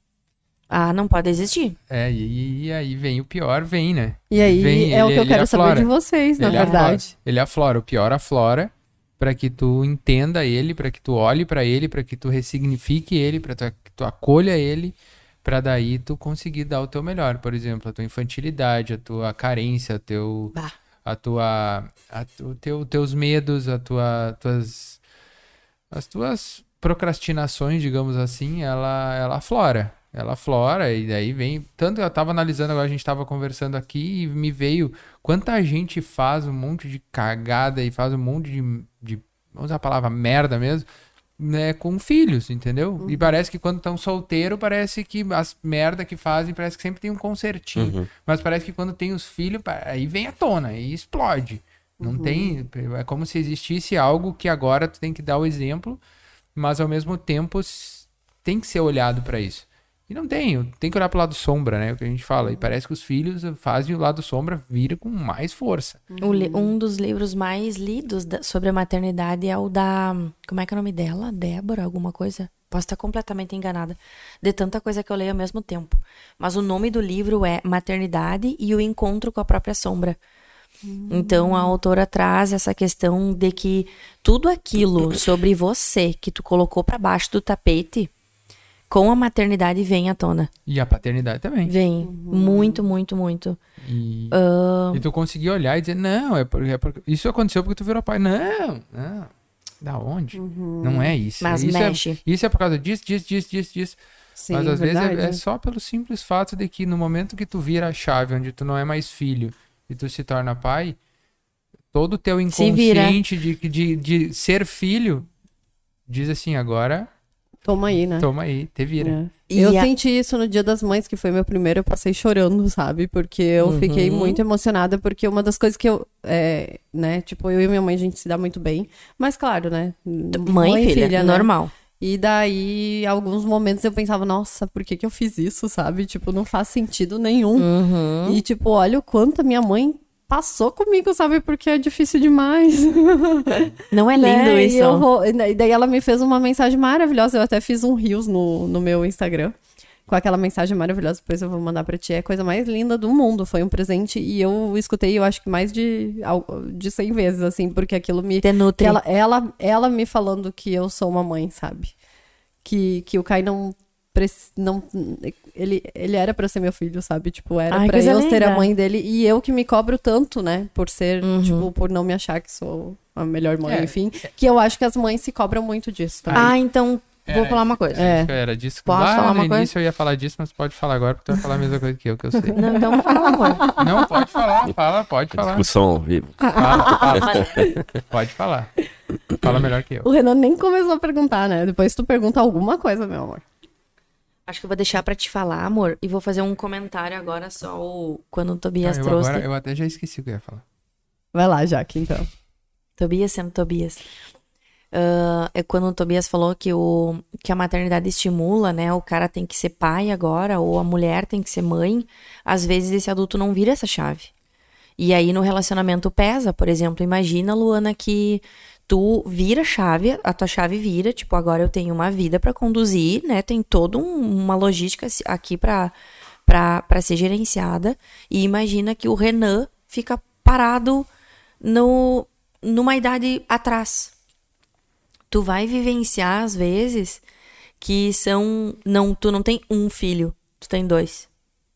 Ah, não pode existir. é, e, e aí vem o pior, vem, né? E aí Vem, é o ele- que eu ele quero aflora. saber de vocês, na Ele verdade. aflora. Ele aflora. O pior aflora pra que tu entenda ele, pra que tu olhe pra ele, pra que tu ressignifique ele, pra tu- que tu acolha ele, pra daí tu conseguir dar o teu melhor. Por exemplo, a tua infantilidade, a tua carência, o teu, Bah. a tua, a tu, teu, teus medos, a tua, tuas, as tuas procrastinações, digamos assim, ela, ela aflora. Ela aflora e daí vem... Tanto eu tava analisando agora, a gente tava conversando aqui e me veio quanta gente faz um monte de cagada e faz um monte de... de vamos usar a palavra merda mesmo, né, com filhos, entendeu? E parece que quando estão solteiro, parece que as merda que fazem, parece que sempre tem um consertinho. Mas parece que quando tem os filhos, pa- aí vem à tona, aí explode. Não tem... É como se existisse algo que agora tu tem que dar o exemplo, mas ao mesmo tempo s- tem que ser olhado pra isso. E não tem, tem que olhar pro lado sombra, né? O que a gente fala. E parece que os filhos fazem o lado sombra vir com mais força. O li- um dos livros mais lidos da- sobre a maternidade é o da... Como é que é o nome dela? Débora, alguma coisa? Posso estar completamente enganada. De tanta coisa que eu leio ao mesmo tempo. Mas o nome do livro é Maternidade e o Encontro com a Própria Sombra. Então a autora traz essa questão de que tudo aquilo sobre você que tu colocou pra baixo do tapete, com a maternidade vem à tona. E a paternidade também. Vem. Muito, muito, muito. E, Ah, e tu conseguir olhar e dizer, não, é porque, é porque isso aconteceu porque tu virou pai. Não, não. Da onde? Não é isso. Mas isso mexe. É, isso é por causa disso, disso, disso, disso, disso. Sim, Mas às vezes verdade. é, é só pelo simples fato de que no momento que tu vira a chave, onde tu não é mais filho e tu se torna pai, todo o teu Se vira. inconsciente de, de, de ser filho diz assim, agora Toma aí, né? Toma aí, te vira. É. E Eu a- senti isso no Dia das Mães, que foi meu primeiro, eu passei chorando, sabe? Porque eu Uhum. fiquei muito emocionada, porque uma das coisas que eu, é, né, tipo, eu e minha mãe, a gente se dá muito bem, mas claro, né? Mãe e filha, né? normal. E daí, alguns momentos eu pensava, nossa, por que que eu fiz isso, sabe? Tipo, não faz sentido nenhum. Uhum. E tipo, olha o quanto a minha mãe passou comigo, sabe? Porque é difícil demais. Não é lindo Né? isso? E, eu vou... e daí ela me fez uma mensagem maravilhosa. Eu até fiz um reels no, no meu Instagram com aquela mensagem maravilhosa. Depois eu vou mandar pra ti. É a coisa mais linda do mundo. Foi um presente e eu escutei, eu acho que mais de, de cem vezes, assim, porque aquilo me... Te nutre. Ela, ela, ela me falando que eu sou uma mãe, sabe? Que, que o Kai não... prec- não ele, ele era pra ser meu filho, sabe? Tipo, era Ai, pra coisa eu ser a linda. mãe dele. E eu que me cobro tanto, né? Por ser, Uhum. tipo, por não me achar que sou a melhor mãe, É. enfim. Que eu acho que as mães se cobram muito disso também. Ah, então vou Era- falar uma coisa. É. Acho que Era disso que Posso lá falar no uma coisa? início eu ia falar disso, mas pode falar agora, porque tu vai falar a mesma coisa que eu, que eu sei. Não, então fala, amor. Não, pode falar, fala, pode falar. Discussão ao vivo. Fala, fala. Pode falar. Fala melhor que eu. O Renan nem começou a perguntar, né? Depois tu pergunta alguma coisa, meu amor. Acho que eu vou deixar pra te falar, amor, e vou fazer um comentário agora só o... quando o Tobias Ah, eu, trouxe. agora, eu até já esqueci o que eu ia falar. Vai lá, Jaque, então. Tobias sendo Tobias. Ah, é quando o Tobias falou que, o, que a maternidade estimula, né? O cara tem que ser pai agora, ou a mulher tem que ser mãe. Às vezes esse adulto não vira essa chave. E aí no relacionamento pesa. Por exemplo, imagina, Luana, que tu vira a chave, a tua chave vira, tipo, agora eu tenho uma vida pra conduzir, né? Tem toda um- uma logística aqui pra, pra, pra ser gerenciada. E imagina que o Renan fica parado no, numa idade atrás. Tu vai vivenciar, às vezes, que são... Não, tu não tem um filho, tu tem dois.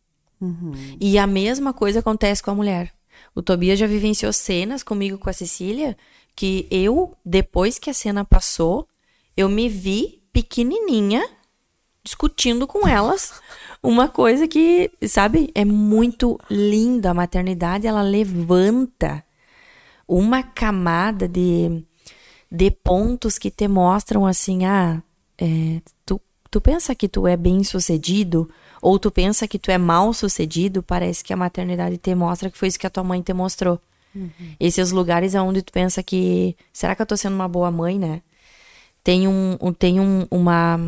E a mesma coisa acontece com a mulher. O Tobias já vivenciou cenas comigo, com a Cecília, que eu, depois que a cena passou, eu me vi pequenininha discutindo com elas uma coisa que, sabe, é muito linda. A maternidade, ela levanta uma camada de, de pontos que te mostram assim, ah, é, tu, tu pensa que tu é bem sucedido ou tu pensa que tu é mal sucedido, parece que a maternidade te mostra que foi isso que a tua mãe te mostrou. Uhum. Esses lugares onde tu pensa que, será que eu tô sendo uma boa mãe, né? Tem um, um- tem um, uma...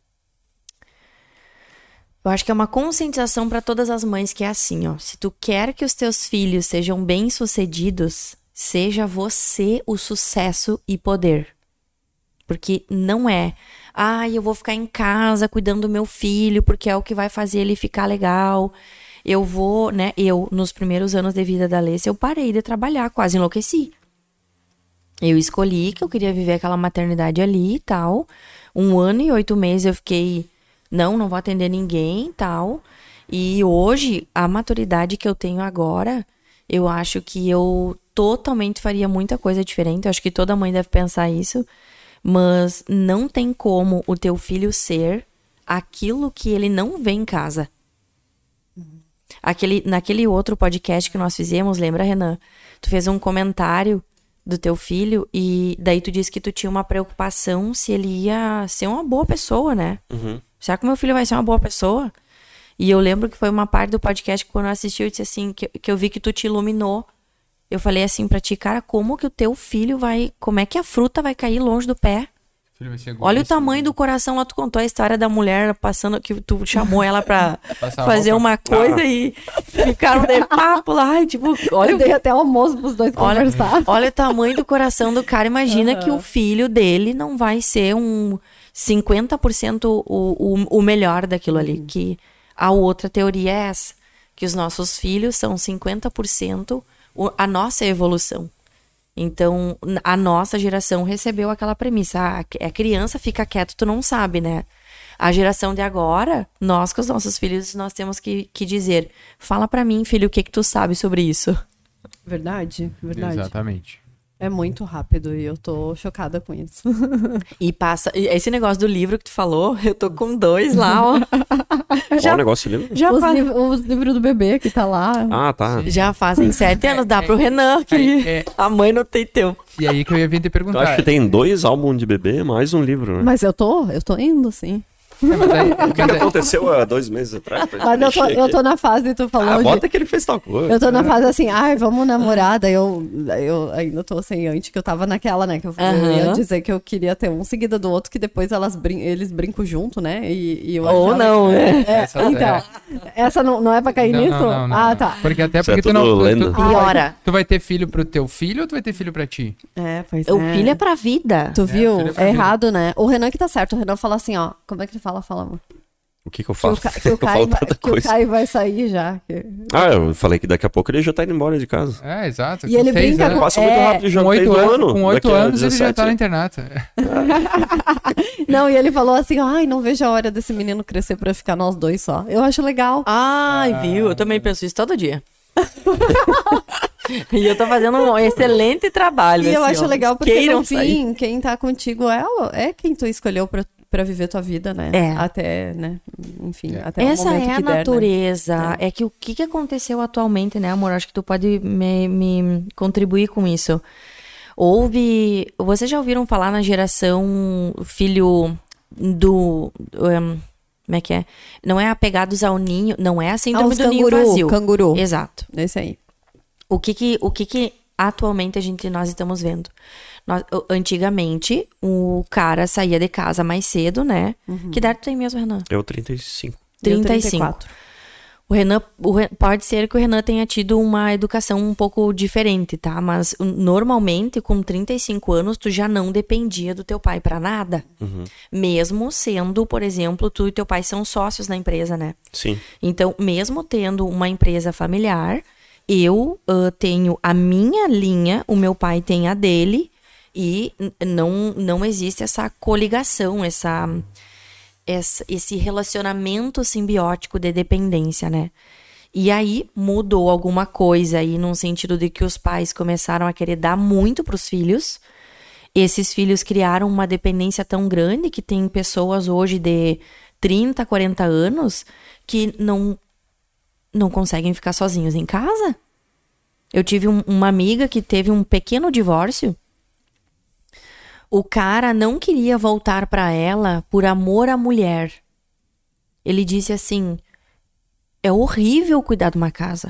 Eu acho que é uma conscientização para todas as mães que é assim, ó. Se tu quer que os teus filhos sejam bem-sucedidos, seja você o sucesso e poder. Porque não é, ah, eu vou ficar em casa cuidando do meu filho, porque é o que vai fazer ele ficar legal. Eu vou, né, eu, nos primeiros anos de vida da Alessia, eu parei de trabalhar, quase enlouqueci. Eu escolhi que eu queria viver aquela maternidade ali e tal. Um ano e oito meses eu fiquei, não, não vou atender ninguém e tal. E hoje, a maturidade que eu tenho agora, eu acho que eu totalmente faria muita coisa diferente. Eu acho que toda mãe deve pensar isso. Mas não tem como o teu filho ser aquilo que ele não vê em casa. Aquele, naquele outro podcast que nós fizemos, lembra, Renan? Tu fez um comentário do teu filho e daí tu disse que tu tinha uma preocupação se ele ia ser uma boa pessoa, né? Uhum. Será que o meu filho vai ser uma boa pessoa? E eu lembro que foi uma parte do podcast que quando eu assisti, eu disse assim, que, que eu vi que tu te iluminou. Eu falei assim pra ti, cara, como que o teu filho vai... Como é que a fruta vai cair longe do pé? Filho vai ser Olha o egoísta, tamanho do coração lá, tu contou a história da mulher passando, que tu chamou ela pra Passar a fazer roupa. uma coisa e ficaram de papo lá, e tipo, Olha, olha, eu dei até almoço pros dois olha, conversar. olha o tamanho do coração do cara, imagina que o filho dele não vai ser um cinquenta por cento o, o, o melhor daquilo ali, que a outra teoria é essa, que os nossos filhos são cinquenta por cento o- a nossa evolução. Então, a nossa geração recebeu aquela premissa. Ah, é criança, fica quieto, tu não sabe, né? A geração de agora, nós com os nossos filhos, nós temos que, que dizer, fala pra mim, filho, o que que tu sabe sobre isso? Verdade, verdade. Exatamente. É muito rápido e eu tô chocada com isso. E passa. e Esse negócio do livro que tu falou, eu tô com dois lá, ó. Qual o negócio ali? Já, Os, fa- liv- os livros do bebê que tá lá. Ah, tá. já fazem sete anos, dá pro Renan, que É, é. a mãe não tem tempo. E aí que eu ia vir te Eu perguntar. acho que tem dois álbuns de bebê, mais um livro, né? Mas eu tô, eu tô indo, sim. É, mas aí- O que, que mas aí- aconteceu há dois meses atrás? pra Mas eu tô, mexer eu aqui? tô na fase, tu falou Ah, de... bota que ele fez tal coisa. Eu tô na fase assim, ai, vamos namorar. Daí eu, daí eu ainda tô sem antes, que eu tava naquela, né? Que eu, eu ia Aham. dizer que eu queria ter um seguido do outro, que depois elas brin eles brincam junto, né? E, e eu Ou achava- não, né? É, Essa- então, essa não, não é pra cair Não, nisso? não, não, não, ah, não. tá. Porque até Isso é porque tu tudo não. Tu, lenda. tu, Piora. tu vai ter filho pro teu filho ou tu vai ter filho pra ti? É, pois O é. filho é pra vida. Tu viu? filho é pra É vida. errado, né? O Renan que tá certo. O Renan fala assim, ó. Como é que tu fala? Fala, amor. O que que eu Que falo? o, Ca- que o Eu Caio falo vai, tanta que o coisa. Caio vai sair já. que- Ah, eu falei que daqui a pouco ele já tá indo embora de casa. É, exato. E com ele seis brinca anos. com- Passa muito É, rápido, já Com fez oito um anos, ano. com oito Daqui a anos ele já dezessete. tá na internato. Não, e ele falou assim, ai, não vejo a hora desse menino crescer pra ficar nós dois só. Eu acho legal. Ai, viu? Eu também penso isso todo dia. E eu tô fazendo um excelente trabalho. E eu assim, acho ó. legal porque, Queiram no fim, sair. quem tá contigo é, o- é quem tu escolheu pra, pra viver tua vida, né? É. Até, né? Enfim, É. até o Essa momento é a que der, né? natureza. É. que o que, que aconteceu atualmente, né, amor? Acho que tu pode me, me contribuir com isso. Houve. Vocês já ouviram falar na geração filho do. um, como é que é? Não é apegados ao ninho. Não é a Ah, síndrome os do ninho canguru, vazio. canguru. Exato. Esse aí. O que que, o que que atualmente a gente, nós estamos vendo? Nós- o- antigamente, o cara saía de casa mais cedo, né? Que idade tu tem mesmo, Renan? Eu trinta e cinco. Eu trinta e trinta e cinco. quatro. O Renan, o Re- pode ser que o Renan tenha tido uma educação um pouco diferente, tá? Mas um, normalmente, com trinta e cinco anos, tu já não dependia do teu pai pra nada. Mesmo sendo, por exemplo, tu e teu pai são sócios na empresa, né? Sim. Então, mesmo tendo uma empresa familiar, eu ah, tenho a minha linha, o meu pai tem a dele, e n- não, não existe essa coligação, essa, essa, esse relacionamento simbiótico de dependência, né? E aí mudou alguma coisa aí, num sentido de que os pais começaram a querer dar muito pros filhos. Esses filhos criaram uma dependência tão grande que tem pessoas hoje de trinta, quarenta anos que não não conseguem ficar sozinhos em casa. Eu tive um- uma amiga que teve um pequeno divórcio. O cara não queria voltar pra ela por amor à mulher. Ele disse assim: é horrível cuidar de uma casa.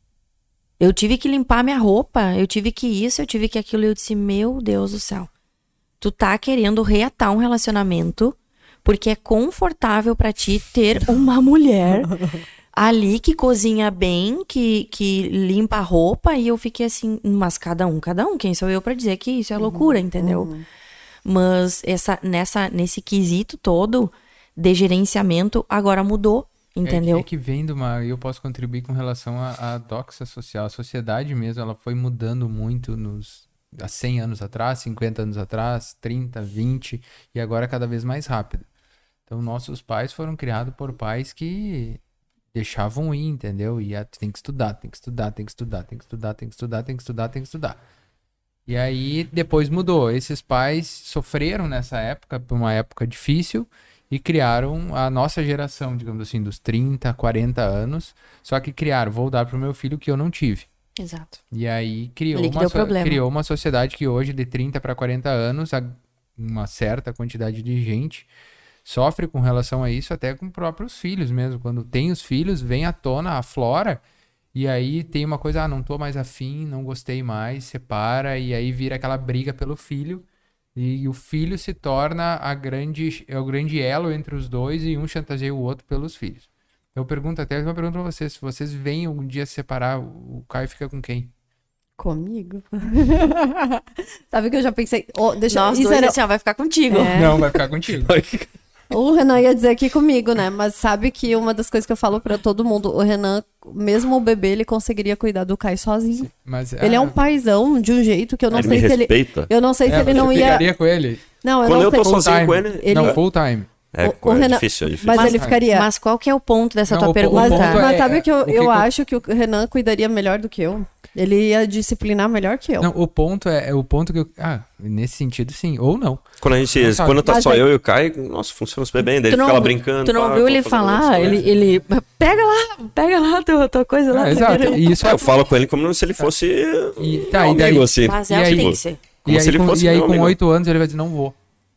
Eu tive que limpar minha roupa, eu tive que isso, eu tive que aquilo. Eu disse: meu Deus do céu. Tu tá querendo reatar um relacionamento porque é confortável pra ti ter uma mulher ali que cozinha bem, que, que limpa a roupa. E eu fiquei assim, mas cada um, cada um. Quem sou eu pra dizer que isso é loucura, entendeu? Mas essa, nessa, nesse quesito todo de gerenciamento agora mudou, entendeu? É, que- é que vem de uma. Eu posso contribuir com relação à, à doxa social. A sociedade mesmo, ela foi mudando muito nos. Há cem anos atrás, cinquenta anos atrás, trinta, vinte, e agora cada vez mais rápido. Então, nossos pais foram criados por pais que deixavam ir, entendeu? E ah, tem que estudar, tem que estudar, tem que estudar, tem que estudar, tem que estudar, tem que estudar, tem que estudar. E aí, depois mudou. Esses pais sofreram nessa época, por uma época difícil, e criaram a nossa geração, digamos assim, dos trinta, quarenta anos, só que criaram, vou dar pro meu filho o que eu não tive. Exato. E aí criou Ali que uma, deu so- problema. criou uma sociedade que hoje, de trinta para quarenta anos, a- uma certa quantidade de gente sofre com relação a isso, até com próprios filhos mesmo. Quando tem os filhos, vem à tona, aflora, e aí tem uma coisa, ah, não tô mais afim, não gostei mais, separa, e aí vira aquela briga pelo filho, e o filho se torna a grande, é o grande elo entre os dois, e um chantageia o outro pelos filhos. Eu pergunto até uma pergunta pra vocês, se vocês veem algum dia se separar, o Caio fica com quem? Comigo? Sabe que eu já pensei... Oh, deixa, Nós isso dois, era- assim, ó, vai ficar contigo. É. Não, vai ficar contigo. O Renan ia dizer aqui comigo, né? Mas sabe que uma das coisas que eu falo pra todo mundo, o Renan, mesmo o bebê, ele conseguiria cuidar do Caio sozinho. Mas, Ele é um paizão de um jeito que eu não Ele sei me se ele... respeita. Eu não sei se É, ele você não ia... ficaria com ele? Não, eu Quando não eu sei... tô Full sozinho time. com ele... Ele- Não, full time. É, O- o é Renan- difícil, é difícil. Mas, Mas- ele ficaria... Mas qual que é o ponto dessa Não, tua o po- o pergunta? Mas, ponto mas é- sabe que eu, o que eu que eu- acho que o Renan cuidaria melhor do que eu. Ele ia disciplinar melhor que eu. Não, o ponto é, é o ponto que eu... Ah, nesse sentido sim, ou não. Quando, a gente, Não sabe. quando tá Mas só aí- eu e o Kai, nossa, funciona super bem. Daí Tu ele não, fica lá brincando. tu não pá, viu tô ele fazendo falar? outras Ele, coisas. ele... Pega lá, pega lá a tua, tua coisa lá. É, exato. E isso Ah, é... eu falo com ele como se ele fosse E, um tá, e daí... amigo, assim. Mas E é o que aí- tem que ser. Como E se aí, ele com, fosse e aí meu com amigo. oito anos ele vai dizer, não vou.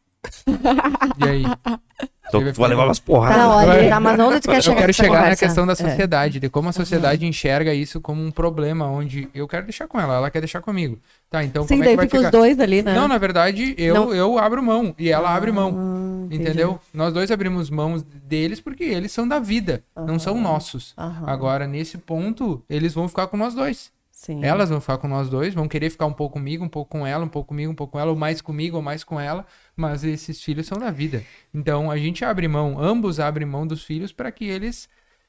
E aí? Então Ele vai tu vai levar ficar- umas porradas. Tá, olha, Vai- Tá, mas onde tu quer Eu chegar quero com essa chegar na conversa? questão da sociedade, de como a sociedade enxerga isso como um problema, onde eu quero deixar com ela, ela quer deixar comigo. Tá, então Sim, como é daí que vai fica ficar? os dois ali, né? Não, na verdade, eu, Não. eu abro mão e ela abre mão. Ah, entendi. Entendeu? Nós dois abrimos mãos deles porque eles são da vida, não são nossos. Aham. Agora, nesse ponto, eles vão ficar com nós dois. Sim. Elas vão ficar com nós dois, vão querer ficar um pouco comigo, um pouco com ela, um pouco comigo, um pouco com ela, ou mais comigo, ou mais com ela, mas esses filhos são da vida. Então, a gente abre mão, ambos abrem mão dos filhos para que eles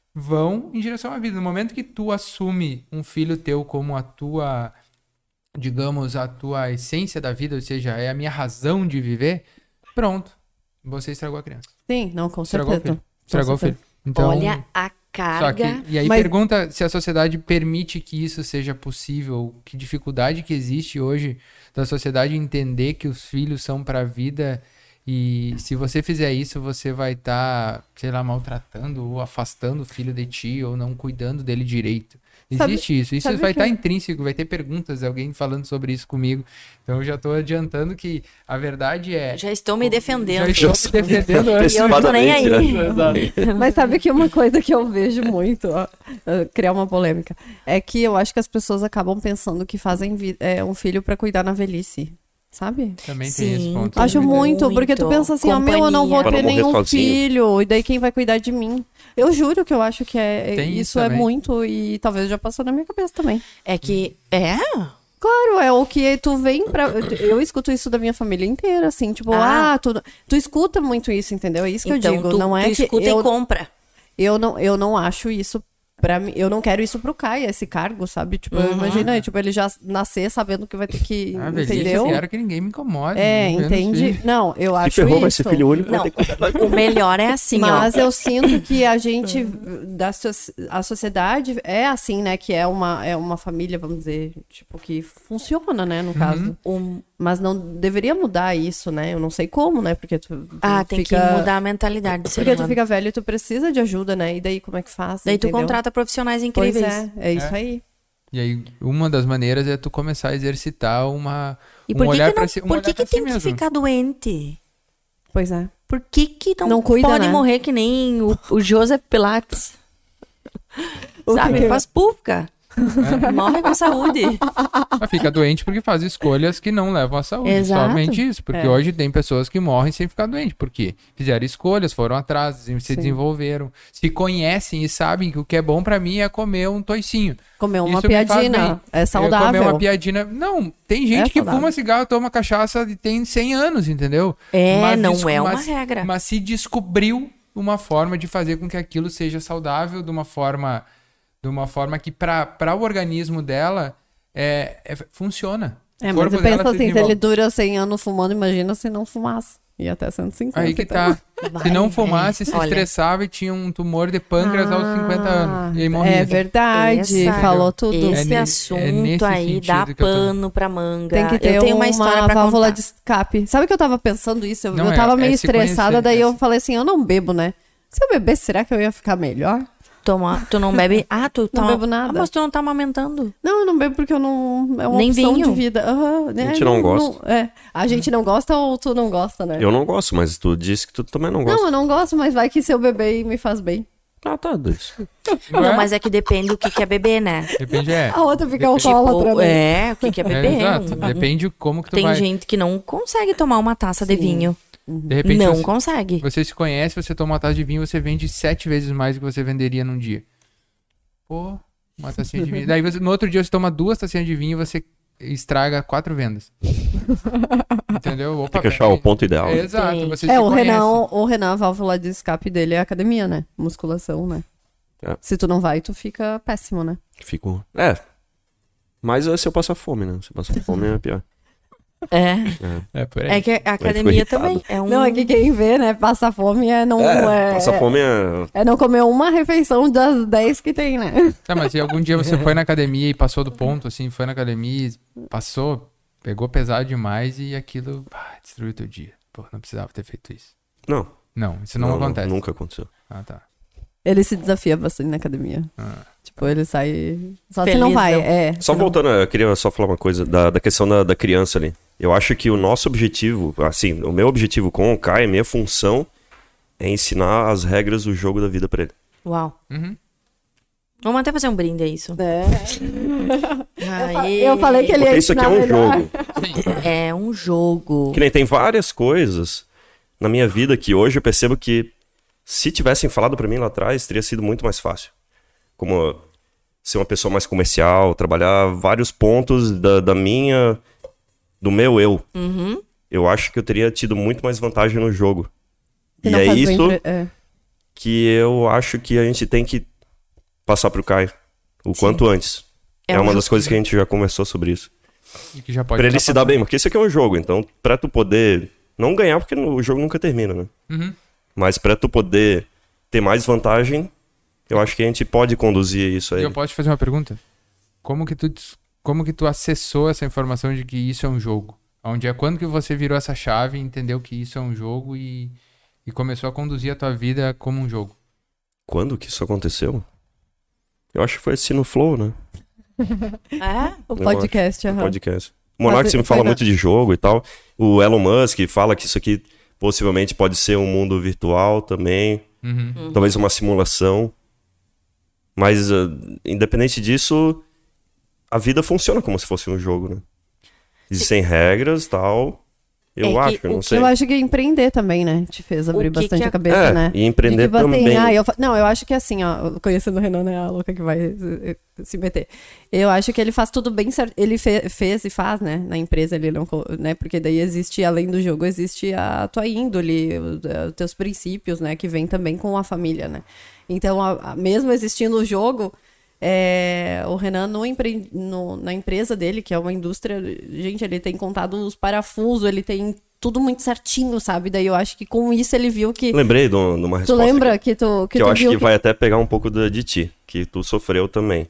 vão em direção à vida. No momento que tu assume um filho teu como a tua, digamos, a tua essência da vida, ou seja, é a minha razão de viver, pronto, você estragou a criança. Sim, não, com Estragou o certeza. filho. Estragou o certeza. filho. Então, Olha a só carga. que, e aí Mas- pergunta se a sociedade permite que isso seja possível, que dificuldade que existe hoje da sociedade entender que os filhos são para a vida e se você fizer isso, você vai estar, sei lá, maltratando ou afastando o filho de ti ou não cuidando dele direito. Sabe- Existe isso. Isso sabe vai que estar eu- intrínseco, vai ter perguntas, alguém falando sobre isso comigo. Então eu já estou adiantando que a verdade é... Já estou me defendendo. Já estou me defendendo antes. E eu não tô nem aí. Antecipadamente, né? Mas sabe que uma coisa que eu vejo muito, ó, uh, criar uma polêmica, é que eu acho que as pessoas acabam pensando que fazem vi- é, um filho pra cuidar na velhice, sabe? Também tem esse Sim, ponto. tem Acho muito, porque tu muito. pensa assim, ó, meu, eu não vou Pra ter não morrer nenhum sozinho. filho, e daí quem vai cuidar de mim? Eu juro que eu acho que é, Tem isso isso é também. muito, e talvez já passou na minha cabeça também. É que. É? Claro, é o que tu vem pra. Eu escuto isso da minha família inteira, assim, tipo, ah, Ah. tu, tu escuta muito isso, entendeu? É isso que Então, eu digo. tu, não é tu que escuta eu, e compra. eu não, eu não acho isso pra mim. Eu não quero isso pro Caio, esse cargo, sabe? Tipo, Uhum. imagina, tipo, ele já nascer sabendo que vai ter que. Ah, velhice, entendeu? eu quero que ninguém me incomode. É, não vendo entende? filho. Não, eu Se acho ferrou, isso. vai ser filho único, Não. vai ter que cuidar da O melhor é assim, Mas ó. eu sinto que a gente, da so- a sociedade é assim, né? Que é uma, é uma família, vamos dizer, tipo, que funciona, né? Uhum. No caso. Um- Mas não deveria mudar isso, né? Eu não sei como, né? Porque tu, tu Ah, tem fica... que mudar a mentalidade do ser Porque tu humano. fica velho e tu precisa de ajuda, né? E daí como é que faz? Daí tu entendeu? contrata profissionais Pois incríveis. é, é isso aí. E aí, uma das maneiras é tu começar a exercitar uma, E um por que, olhar que, pra não, si, um por olhar que, pra que si tem que mesmo. ficar doente? Pois é. Por que, que não, Não cuida, pode né? morrer que nem o, o Joseph Pilates? O que Sabe? que- Faz pública. Morre com saúde. Mas fica doente porque faz escolhas que não levam à saúde. Exato. Somente isso. Porque É. hoje tem pessoas que morrem sem ficar doente. Porque fizeram escolhas, foram atrás, se Sim. desenvolveram, se conhecem e sabem que o que é bom pra mim é comer um toicinho. Comer uma Isso me faz piadina. bem. É Eu saudável. comer uma piadina. Não, tem gente É que saudável. fuma cigarro, toma cachaça e tem cem anos, entendeu? É, Mas não desco- é uma mas- regra. Mas se descobriu uma forma de fazer com que aquilo seja saudável, de uma forma, de uma forma que para o organismo dela é, é- funciona. É, O mas corpo eu dela penso se assim, se desenvolve. ele dura cem anos fumando, imagina se não fumasse. Ia até cento e cinquenta. Aí que então. tá. Se Vai, não é. fumasse, se Olha. estressava e tinha um tumor de pâncreas aos cinquenta anos. E aí morria. É verdade, Essa- falou tudo. É Esse ne- é assunto nesse aí dá sentido que eu tô- pano pra manga. Tem que ter eu tenho uma, uma história pra válvula contar. de escape. Sabe que eu tava pensando isso? Eu, Não, eu é- tava é meio se estressada, conhecer, daí é eu se- falei assim, eu não bebo, né? Se eu bebesse, será que eu ia ficar melhor? Toma, tu não bebe... Ah, tu Não tá... bebo nada. Ah, mas tu não tá amamentando. Não, eu não bebo porque eu não... É uma Nem opção vinho? de vida. Aham, né? A gente não gosta. é. A gente não gosta ou tu não gosta, né? Eu não gosto, mas tu disse que tu também não gosta. Não, eu não gosto, mas vai que se eu beber e me faz bem. Ah, tá, dois. Não Não, é? mas é que depende do que, que é beber, né? Depende, é. A outra fica Depende- alcoólatra, Tipo, né? é, o que, que é É, beber. exato. Um- Depende como que tu Tem vai. gente que não consegue tomar uma taça de Sim. vinho. De repente Não você, consegue. você se conhece, você toma uma taça de vinho, você vende sete vezes mais do que você venderia num dia. Pô, uma tacinha de vinho. Daí você- no outro dia você toma duas tacinhas de vinho e você estraga quatro vendas. Entendeu? Opa, Tem que achar o peraí. ponto ideal. É, exato, Tem. você É, se o conhece. Renan, o Renan, a válvula de escape dele é academia, né? Musculação, né? É. Se tu não vai, tu fica péssimo, né? Fico. É. Mas é se eu passar fome, né? Se eu passar fome é pior. É. É por aí. É que a ficou academia irritado. também é um... Não, é que quem vê, né, passa fome é não... É, É, passa fome é... é não comer uma refeição das dez que tem, né? Tá, mas e algum dia você foi na academia e passou do ponto, assim, foi na academia, e passou, pegou pesado demais e aquilo ah, destruiu teu dia. Pô, não precisava ter feito isso. Não. Não, isso não, acontece. Nunca aconteceu. Ah, tá. Ele se desafia bastante na academia. Ah. Tipo, ele sai... Só se Felizão. não vai, é. Só se não- voltando, eu queria só falar uma coisa da, da questão da, da criança ali. Eu acho que o nosso objetivo, assim, o meu objetivo com o Kai, a minha função é ensinar as regras do jogo da vida pra ele. Uau. Uhum. Vamos até fazer um brinde a isso. É. Aê. Eu falei que ele Porque ia isso aqui é ensinar um melhor. jogo. É um jogo. Que nem tem várias coisas na minha vida que hoje eu percebo que se tivessem falado pra mim lá atrás, teria sido muito mais fácil. Como ser uma pessoa mais comercial, trabalhar vários pontos da, da minha... do meu eu. Uhum. Eu acho que eu teria tido muito mais vantagem no jogo. Se E não é faz bem isso pra- é. que eu acho que a gente tem que passar pro Caio o quanto antes. É É, um uma jogo. das coisas que a gente já conversou sobre isso. E que já pode Pra ele ficar se dar passando. bem, porque isso aqui é um jogo, então pra tu poder não ganhar, porque o jogo nunca termina, né? Uhum. Mas pra tu poder ter mais vantagem, eu acho que a gente pode conduzir isso E aí. eu posso te fazer uma pergunta? Como que tu, des- como que tu acessou essa informação de que isso é um jogo? Onde é quando que você virou essa chave e entendeu que isso é um jogo e, e começou a conduzir a tua vida como um jogo? Quando que isso aconteceu? Eu acho que foi assim no Flow, né? É? O podcast, No aham. podcast. O Monark Mas sempre foi fala na- muito de jogo e tal. O Elon Musk fala que isso aqui possivelmente pode ser um mundo virtual também. Uhum. Talvez uma simulação. Mas, ah, independente disso, a vida funciona como se fosse um jogo, né? Existem regras e tal. Eu É que acho, eu o não que sei. Eu acho que empreender também, né? Te fez abrir que bastante que a a- cabeça, É, né? e empreender De, tipo, assim, também. ah, eu fa- Não, eu acho que assim, ó, conhecendo o Renan, né, a louca que vai eh, se meter. Eu acho que ele faz tudo bem certo. Ele fe- fez e faz, né? Na empresa, ele não. co- Né? Porque daí existe, além do jogo, existe a tua índole, o- os teus princípios, né? Que vem também com a família, né? Então, a- a- mesmo existindo o jogo. É, o Renan no empre... no- na empresa dele, que é uma indústria, gente, ele tem contado os parafusos, ele tem tudo muito certinho, sabe? Daí eu acho que com isso ele viu que. Lembrei de um- de uma Tu resposta lembra que, que tu que, que eu tu acho viu que vai até pegar um pouco da- de ti, que tu sofreu também.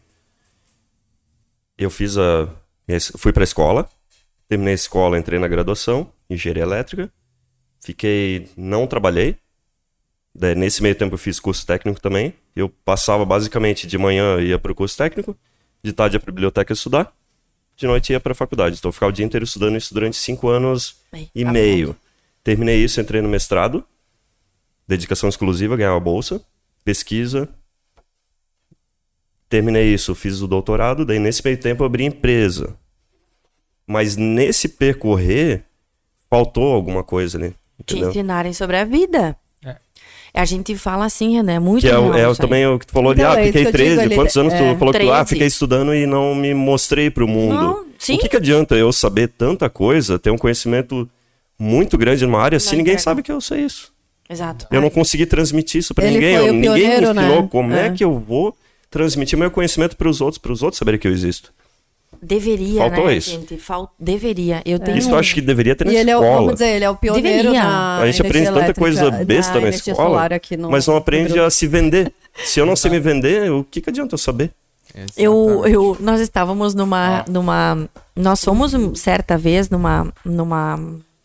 Eu fiz a... Fui pra escola, terminei a escola, entrei na graduação, engenharia elétrica, fiquei... não trabalhei. Daí, nesse meio tempo eu fiz curso técnico também. Eu passava basicamente de manhã ia pro curso técnico, de tarde ia pra biblioteca estudar, de noite ia pra faculdade. Então eu ficava o dia inteiro estudando isso durante cinco anos Bem, e tá meio. bom. Terminei isso, entrei no mestrado, dedicação exclusiva, ganhava bolsa, pesquisa. Terminei isso, fiz o doutorado, daí nesse meio tempo eu abri empresa. Mas nesse percorrer, faltou alguma coisa ali, Te entendeu? ensinarem sobre a vida. É. A gente fala assim, Renan, é muito Que é, o- real é o- isso aí. também o que tu falou Então, de, ah, é isso fiquei que eu digo, treze, ele- quantos anos é, tu falou que tu, ah, treze. fiquei estudando e não me mostrei pro mundo. Não, sim. O que que adianta eu saber tanta coisa, ter um conhecimento muito grande numa área, se Não ninguém entrega. sabe que eu sei isso? Exato. Eu não consegui transmitir isso pra Ele ninguém, foi eu- o ninguém me pioneiro, ensinou né? como é. É. que eu vou transmitir meu conhecimento pros outros, pros outros saberem que eu existo. Deveria, Faltou né, isso. gente? Fal... Deveria. Eu tenho... Isso eu acho que deveria ter na E ele é, o- escola. vamos dizer, ele é o pioneiro Deveria. na A gente aprende energia tanta elétrica, coisa besta na energia escola, solar aqui no- mas não no aprende grupo. a se vender. Se eu não sei me vender, o que, que adianta eu saber? Eu, Exatamente. eu, nós estávamos numa, numa, nós fomos um- certa vez numa, numa,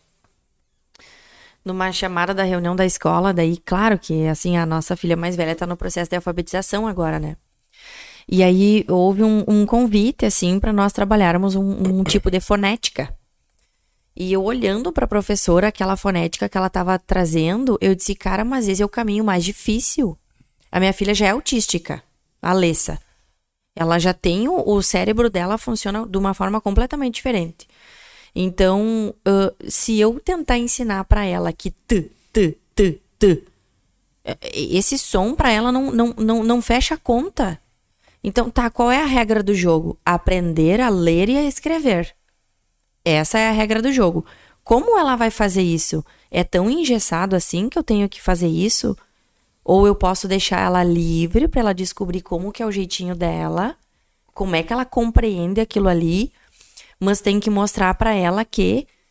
numa chamada da reunião da escola, daí, claro que, assim, a nossa filha mais velha está no processo de alfabetização agora, né? E aí houve um, um convite, assim, para nós trabalharmos um, um tipo de fonética. E eu olhando para a professora, aquela fonética que ela estava trazendo, eu disse, cara, mas esse é o caminho mais difícil. A minha filha já é autística, a Alessa. Ela já tem o, o cérebro dela funciona de uma forma completamente diferente. Então, uh, se eu tentar ensinar para ela que t, t, t, t, esse som para ela não, não, não, não fecha a conta. Então, tá, qual é a regra do jogo? Aprender a ler e a escrever. Essa é a regra do jogo. Como ela vai fazer isso? É tão engessado assim que eu tenho que fazer isso? Ou eu posso deixar ela livre para ela descobrir como que é o jeitinho dela, como é que ela compreende aquilo ali, mas tem que mostrar para ela que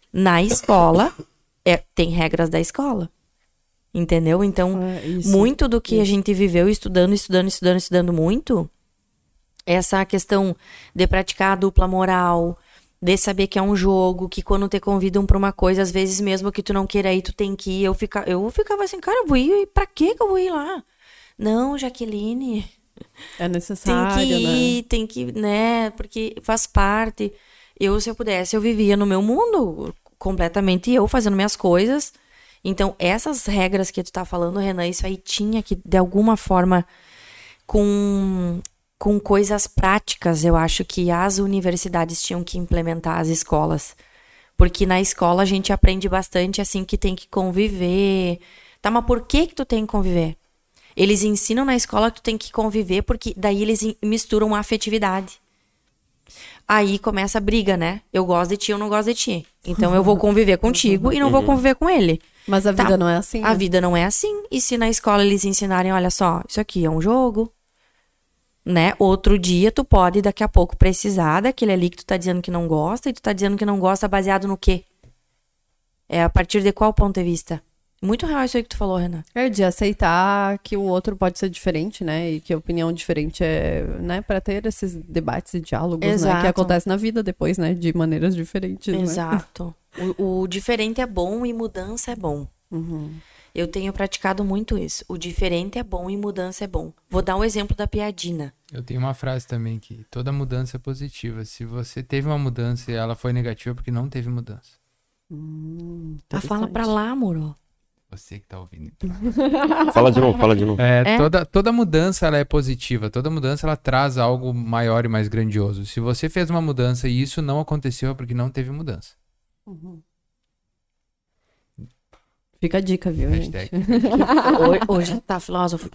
Na escola, é, tem regras da escola. Entendeu? Então, É, isso, muito do que a isso. gente viveu estudando, estudando, estudando, estudando muito, essa questão de praticar a dupla moral, de saber que é um jogo, que quando te convidam pra uma coisa, às vezes mesmo que tu não queira ir, tu tem que ir. Eu, fica, eu ficava assim, cara, eu vou ir, pra que que eu vou ir lá? Não, Jaqueline, É tem necessário, que ir, né? tem que, né, porque faz parte. Eu, se eu pudesse, eu vivia no meu mundo, completamente eu, fazendo minhas coisas. Então, essas regras que tu tá falando, Renan, isso aí tinha que, de alguma forma, com, com coisas práticas, eu acho que as universidades tinham que implementar as escolas. Porque na escola a gente aprende bastante, assim, que tem que conviver. Tá, mas por que que tu tem que conviver? Eles ensinam na escola que tu tem que conviver, porque daí eles in- misturam a afetividade. Aí começa a briga, né? Eu gosto de ti, eu não gosto de ti. Então eu vou conviver contigo e não vou conviver com ele. Mas a Tá. vida não é assim, A né? vida não é assim. E se na escola eles ensinarem, olha só, isso aqui é um jogo, né? Outro dia tu pode daqui a pouco precisar daquele ali que tu tá dizendo que não gosta, e tu tá dizendo que não gosta baseado no quê? É a partir de qual ponto de vista? Muito real isso aí que tu falou, Renan. É de aceitar que o outro pode ser diferente, né? E que a opinião diferente é, né? Pra ter esses debates e diálogos, né? Exato. Que acontecem na vida depois, né? De maneiras diferentes, né? Exato. O, o diferente é bom e mudança é bom. Uhum. Eu tenho praticado muito isso. O diferente é bom e mudança é bom. Vou dar um exemplo da piadina. Eu tenho uma frase também que toda mudança é positiva. Se você teve uma mudança e ela foi negativa, é porque não teve mudança. Ah, fala pra lá, moro. Você que tá ouvindo. Fala de novo, fala de novo. É, É? Toda, toda mudança ela é positiva. Toda mudança ela traz algo maior e mais grandioso. Se você fez uma mudança e isso não aconteceu, é porque não teve mudança. Fica a dica, viu, gente? Hashtag. Hoje, hoje tá filósofo.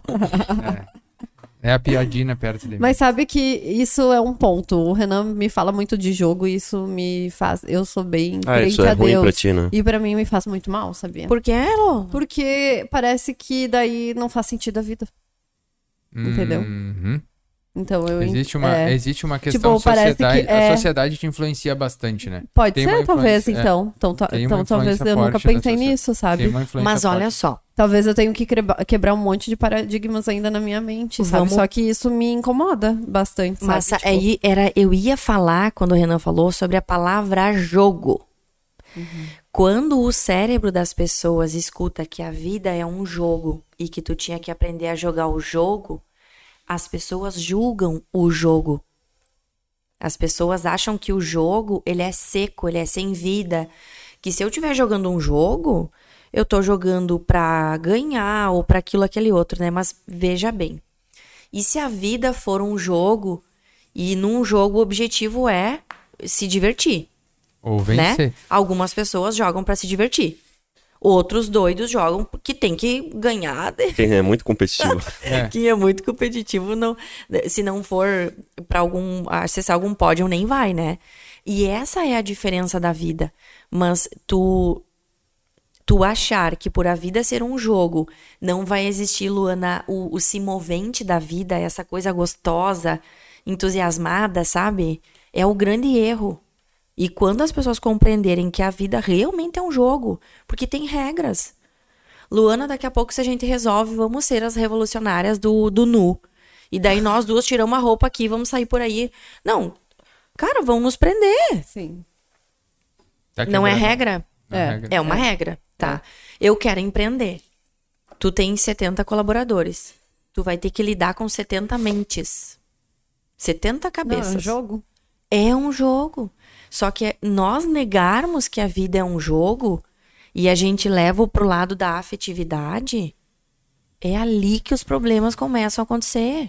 É a piadinha perto de mim. Mas sabe que isso é um ponto. O Renan me fala muito de jogo e isso me faz... Eu sou bem Ah, crente isso é a ruim Deus. pra ti, né? E pra mim me faz muito mal, sabia? Por que, Lô? Porque parece que daí não faz sentido a vida. entendeu? Uhum. Então eu... en- Existe uma, é, existe uma questão Tipo, parece sociedade. que é- A sociedade te influencia bastante, né? Pode tem uma ser, talvez, influência, é. então. Então, ta- Tem uma então talvez influência eu nunca forte da pensei sociedade. nisso, sabe? Tem uma influência Mas olha forte. só, Talvez eu tenha que quebra- quebrar um monte de paradigmas ainda na minha mente, sabe? Vamos- Só que isso me incomoda bastante, sabe? mas Tipo, aí era, eu ia falar, quando o Renan falou, sobre a palavra jogo. Quando o cérebro das pessoas escuta que a vida é um jogo e que tu tinha que aprender a jogar o jogo, as pessoas julgam o jogo. As pessoas acham que o jogo, ele é seco, ele é sem vida. Que se eu estiver jogando um jogo, eu tô jogando pra ganhar ou pra aquilo, aquele outro, né? Mas veja bem. E se a vida for um jogo, e num jogo o objetivo é se divertir, Ou né? vencer. Algumas pessoas jogam pra se divertir. Outros doidos jogam porque tem que ganhar. Quem é muito competitivo. É. Quem é muito competitivo, não, se não for pra algum acessar algum pódio, nem vai, né? E essa é a diferença da vida. Mas tu tu achar que por a vida ser um jogo, não vai existir, Luana, o, o se movente da vida, essa coisa gostosa, entusiasmada, sabe? É o grande erro. E quando as pessoas compreenderem que a vida realmente é um jogo, porque tem regras. Luana, daqui a pouco, se a gente resolve, vamos ser as revolucionárias do, do nu. E daí nós duas tiramos a roupa aqui, vamos sair por aí. Não, cara, vão nos prender. Sim. Tá Não é quebrando. regra? Não É. regra. É uma regra, tá? Eu quero empreender. Tu tem setenta colaboradores. Tu vai ter que lidar com setenta mentes. setenta Não, cabeças. é um jogo. É um jogo. Só que nós negarmos que a vida é um jogo e a gente leva pro lado da afetividade, é ali que os problemas começam a acontecer.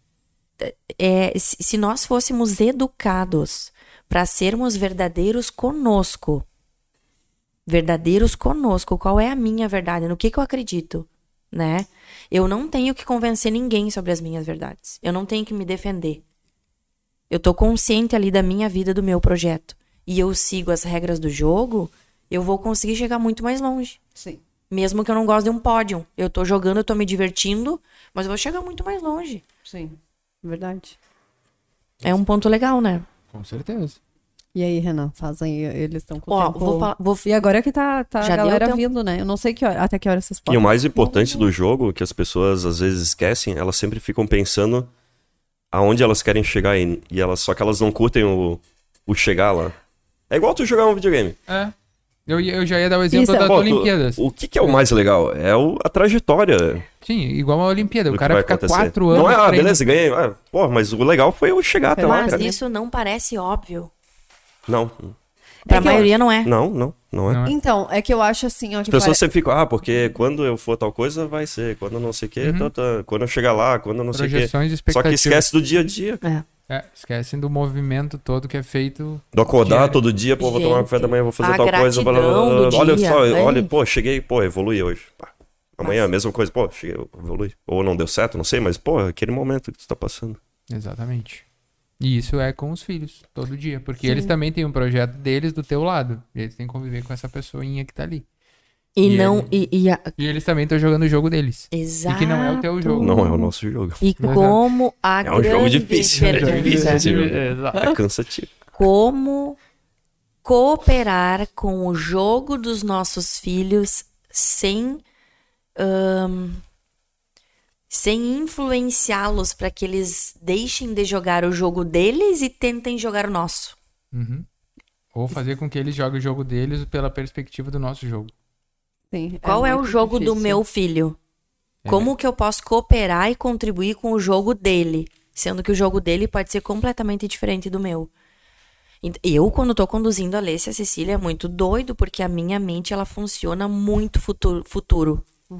É, se se nós fôssemos educados para sermos verdadeiros conosco, verdadeiros conosco, qual é a minha verdade, no que, que eu acredito, né? Eu não tenho que convencer ninguém sobre as minhas verdades. Eu não tenho que me defender. Eu tô consciente ali da minha vida, do meu projeto. E eu sigo as regras do jogo, eu vou conseguir chegar muito mais longe. Sim. Mesmo que eu não goste de um pódio. Eu tô jogando, eu tô me divertindo, mas eu vou chegar muito mais longe. Sim. Verdade. É um ponto legal, né? Com certeza. E aí, Renan, fazem, eles estão com o Ó, tempo... vou falar- vou- E agora que tá, tá Já a deu galera tempo? vindo, né? Eu não sei que hora, até que hora vocês E podem. o mais importante do jogo, que as pessoas às vezes esquecem, elas sempre ficam pensando aonde elas querem chegar e, e elas, só que elas não curtem o, o chegar lá. É igual tu jogar um videogame. É. Eu, ia- eu já ia dar o exemplo Isso é- das Pô, tu- Olimpíadas. o que, que é o mais legal? É o- a trajetória Sim, igual a Olimpíada. do O que cara vai fica acontecer. quatro anos. Não é, ah, treinando. beleza, ganhei. Ah, pô, mas o legal foi eu chegar até lá, Mas cara. isso não parece óbvio. Não, Pra É que eu- maioria não é. não, não, não é. Não é. Então, é que eu acho assim, ó, As que pessoas pare- sempre ficam, ah, porque quando eu for tal coisa, vai ser. Quando não sei o quê, Uhum. tá, tá. Quando eu chegar lá, quando eu não sei o quê. Projeções e Só expectativas. que esquece do dia a dia. É. É, esquecem do movimento todo que é feito. Do acordar Diário. todo dia, pô, vou tomar um Gente, café da manhã, vou fazer a tal coisa. blá, blá, blá, gratidão blá, do olha dia, só, hein? olha, pô, cheguei, pô, evolui hoje. Pá. Amanhã a mesma coisa, pô, cheguei, evolui. Ou não deu certo, não sei, mas, pô, é aquele momento que tu tá passando. Exatamente. E isso é com os filhos, todo dia. Porque eles também têm um projeto deles do teu lado. E eles têm que conviver com essa pessoinha que tá ali. E, E não. ele- E, e a- E eles também estão jogando o jogo deles. Exato. E que não é o teu jogo. Não é o nosso jogo. E como a É um jogo grande difícil, né? pergunta, Difícil. Exato. É cansativo. como cooperar com o jogo dos nossos filhos sem ahn, sem influenciá-los para que eles deixem de jogar o jogo deles e tentem jogar o nosso. Uhum. Ou fazer com que eles joguem o jogo deles pela perspectiva do nosso jogo. Sim, Qual é, o muito jogo do difícil. meu filho? É. Como que eu posso cooperar e contribuir com o jogo dele? Sendo que o jogo dele pode ser completamente diferente do meu. Ent- Eu, quando tô conduzindo a Alessia e a Cecília, é muito doido, porque a minha mente, ela funciona muito futuro. futuro.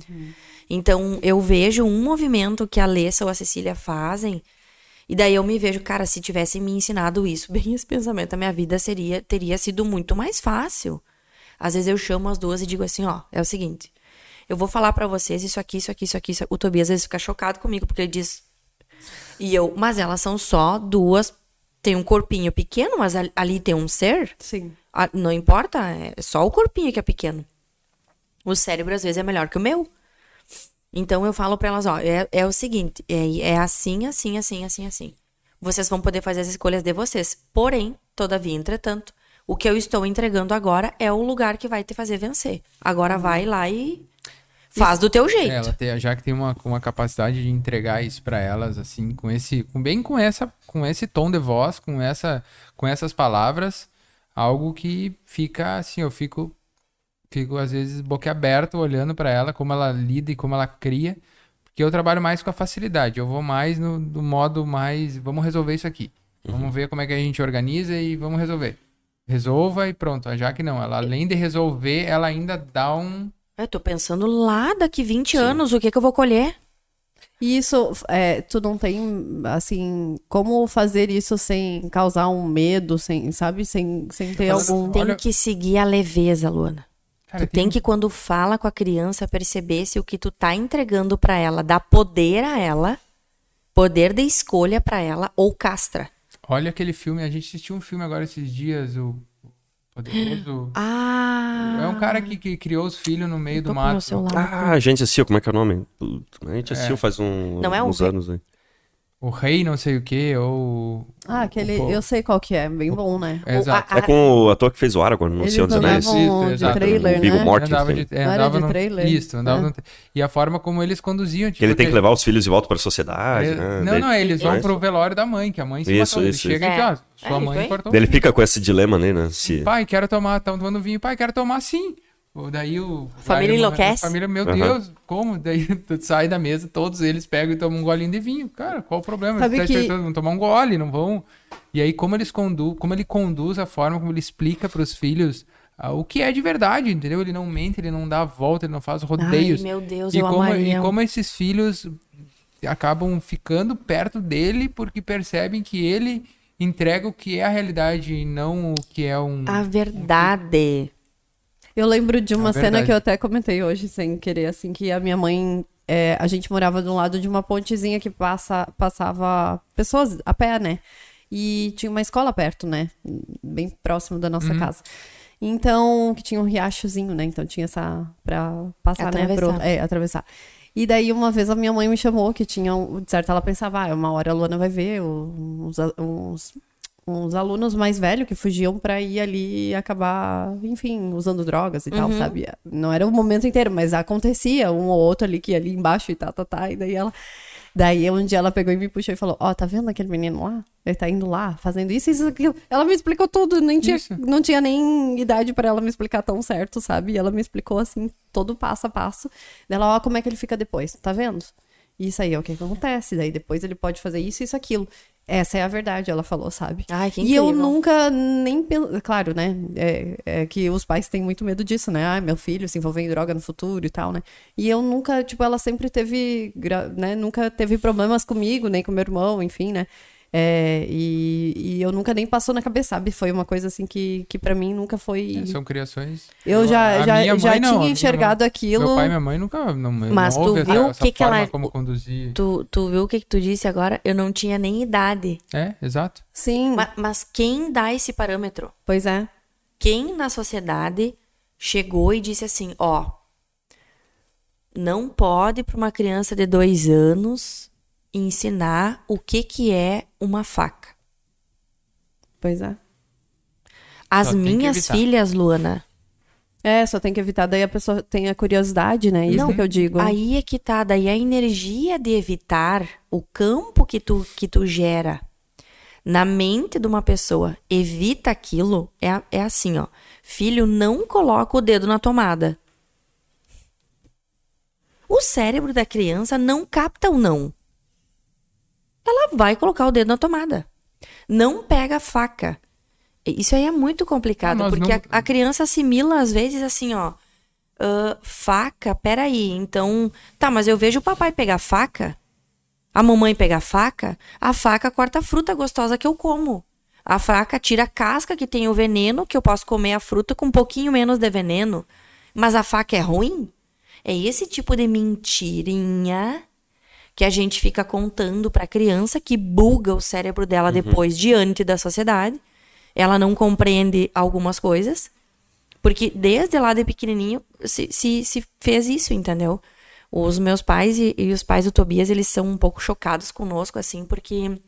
Então, eu vejo um movimento que a Alessia ou a Cecília fazem, e daí eu me vejo, cara, se tivessem me ensinado isso, bem esse pensamento, a minha vida seria, teria sido muito mais fácil. Às vezes eu chamo as duas e digo assim, ó, é o seguinte, eu vou falar pra vocês isso aqui, isso aqui, isso aqui. Isso... O Tobias às vezes fica chocado comigo, porque ele diz... E eu, mas elas são só duas, tem um corpinho pequeno, mas ali- ali tem um ser. Sim. Ah, não importa, é só o corpinho que é pequeno. O cérebro às vezes é melhor que o meu. Então eu falo pra elas, ó, é, é o seguinte, é, é assim, assim, assim, assim, assim. Vocês vão poder fazer as escolhas de vocês. Porém, todavia, entretanto, o que eu estou entregando agora é o lugar que vai te fazer vencer. Agora vai lá e faz do teu jeito. É, ela tem, já que tem uma, uma capacidade de entregar isso pra elas, assim, com esse, com, bem com essa, com esse tom de voz, com essa, com essas palavras, algo que fica assim, eu fico, fico às vezes boquiaberto olhando pra ela, como ela lida e como ela cria, porque eu trabalho mais com a facilidade, eu vou mais no, do modo mais, vamos resolver isso aqui, vamos ver como é que a gente organiza e vamos resolver. Resolva e pronto, já que não, ela além de resolver, ela ainda dá um... Eu tô pensando lá daqui vinte anos, o que que eu vou colher? E isso, é, tu não tem, assim, como fazer isso sem causar um medo, sem, sabe? Sem, sem ter Mas algum... Tem Olha- que seguir a leveza, Luana. Cara, Tu tem que, quando fala com a criança, perceber se o que tu tá entregando pra ela dá poder a ela, poder de escolha pra ela, ou castra. Olha aquele filme, a gente assistiu um filme agora esses dias, o Poderoso. Ah! É um cara que, que criou os filhos no meio Tô do com meu mato. celular. Ah, a gente assistiu, como é que é o nome? Puta, A gente assistiu faz um, Não é o uns Rei? anos aí. O rei não sei o que, ou... Ah, aquele, o- eu sei qual que é, bem bom, né? É, exato. a- É com o ator que fez o Aragorn no Eles Senhor dos Anéis. andavam Isso, de exato. trailer, O Viggo né? Mortensen. Andava de, é, Não era andava de no, trailer? Isso, andava É. no, e a forma como eles conduziam. Tipo, Que ele tem que aquele- levar os filhos de volta pra sociedade, é, né? Não, Daí- não, eles vão Mas- pro velório da mãe, que a mãe se Isso, matou. Ele isso, chega isso. e diz, É. ah, sua É, mãe isso aí. cortou. Daí ele fica com esse dilema, né? né? Se... Pai, quero tomar, estão tomando vinho. Pai, quero tomar sim. Ou daí o... Família aí, enlouquece. A família, meu Aham. Deus, como? Daí tu sai da mesa, todos eles pegam e tomam um golinho de vinho. Cara, qual o problema? Sabe Eles que- que... vão tomar um gole, não vão... E aí, como eles condu... como ele conduz a forma, como ele explica pros filhos ah, o que é de verdade, entendeu? Ele não mente, ele não dá a volta, ele não faz rodeios. Ai, meu Deus, e, eu como, amaria. e como esses filhos acabam ficando perto dele porque percebem que ele entrega o que é a realidade e não o que é um... A verdade. Eu lembro de uma É cena verdade. que eu até comentei hoje, sem querer, assim, que a minha mãe... é, a gente morava do lado de uma pontezinha que passa, passava pessoas a pé, né? E tinha uma escola perto, né? Bem próximo da nossa casa. Então, que tinha um riachozinho, né? Então tinha essa... pra passar, né? Atravessar. Pro, é, atravessar. E daí, uma vez, a minha mãe me chamou, que tinha... um- De certo, ela pensava, ah, uma hora a Luana vai ver uns... uns uns alunos mais velhos que fugiam pra ir ali e acabar, enfim, usando drogas e tal, Uhum. sabe? Não era o momento inteiro, mas acontecia um ou outro ali que ia ali embaixo e tal, tá, tá, e daí ela... Daí um dia ela pegou e me puxou e falou, ó, tá vendo aquele menino lá? Ele tá indo lá, fazendo isso, isso, aquilo. Ela me explicou tudo, nem tinha, Isso. não tinha nem idade pra ela me explicar tão certo, sabe? E ela me explicou, assim, todo passo a passo. Daí ela, ó, como é que ele fica depois, tá vendo? Isso aí é o que acontece, daí depois ele pode fazer isso, isso, aquilo. Essa é a verdade, ela falou, sabe? Ai, que E eu incrível. nunca nem... pen- Claro, né? É, é que os pais têm muito medo disso, né? Ah, meu filho se envolver em droga no futuro e tal, né? E eu nunca, tipo, ela sempre teve, gra- né? Nunca teve problemas comigo, nem com meu irmão, enfim, né? É, e, e eu nunca nem passou na cabeça, sabe? Foi uma coisa assim que, que para mim nunca foi... É, são criações. Eu já, a já, minha já mãe não, a tinha minha enxergado mãe- aquilo. Meu pai e minha mãe nunca não, Mas não tu houve viu essa, o essa que que forma ela- como conduzir. Tu, tu viu o que, que tu disse agora? Eu não tinha nem idade. É, exato. Sim, Ma- Mas, quem dá esse parâmetro? pois é. Quem na sociedade chegou e disse assim, ó, não pode para uma criança de dois anos ensinar o que que é uma faca. Pois é. As Só tem que minhas evitar. filhas, Luana, É, só tem que evitar, daí a pessoa tem a curiosidade, né? Isso Não, que eu digo. aí é que tá, daí a energia de evitar, o campo que tu, que tu gera na mente de uma pessoa, evita aquilo, é, é assim, ó. Filho, não coloca o dedo na tomada. O cérebro da criança não capta o não. Ela vai colocar o dedo na tomada. Não pega a faca. Isso aí é muito complicado, Não, nós porque não- a, a criança assimila às vezes assim, ó. "Ah, faca, peraí, então... Tá, mas eu vejo o papai pegar faca, a mamãe pegar faca, a faca corta a fruta gostosa que eu como. A faca tira a casca que tem o veneno, que eu posso comer a fruta com um pouquinho menos de veneno. Mas a faca é ruim? É esse tipo de mentirinha que a gente fica contando pra criança, que buga o cérebro dela depois diante da sociedade. Ela não compreende algumas coisas. Porque desde lá de pequenininho se, se, se fez isso, entendeu? Os meus pais e, e os pais do Tobias, eles são um pouco chocados conosco, assim, porque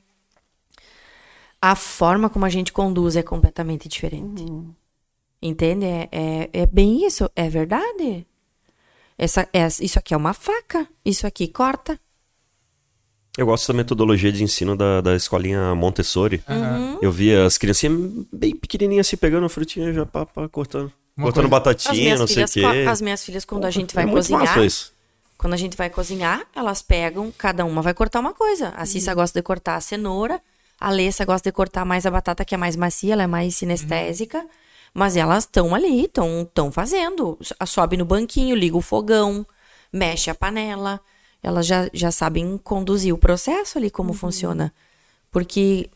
a forma como a gente conduz é completamente diferente. Entende? É, é, é bem isso, é verdade. Essa, é, isso aqui é uma faca, isso aqui corta. Eu gosto da metodologia de ensino da, da escolinha Montessori. Uhum. Eu via as criancinhas bem pequenininhas assim, pegando a frutinha já pá, pá, cortando. Uma cortando coisa- As batatinha, minhas, não sei o filhas, quê. co- as minhas filhas, quando a gente vai é muito cozinhar, massa isso. quando a gente vai cozinhar, elas pegam, cada uma vai cortar uma coisa. A Cissa gosta de cortar a cenoura, a Alessa gosta de cortar mais a batata, que é mais macia, ela é mais sinestésica. Mas elas estão ali, estão fazendo. Sobe no banquinho, liga o fogão, mexe a panela. Elas já, já sabem conduzir o processo ali, como funciona. Porque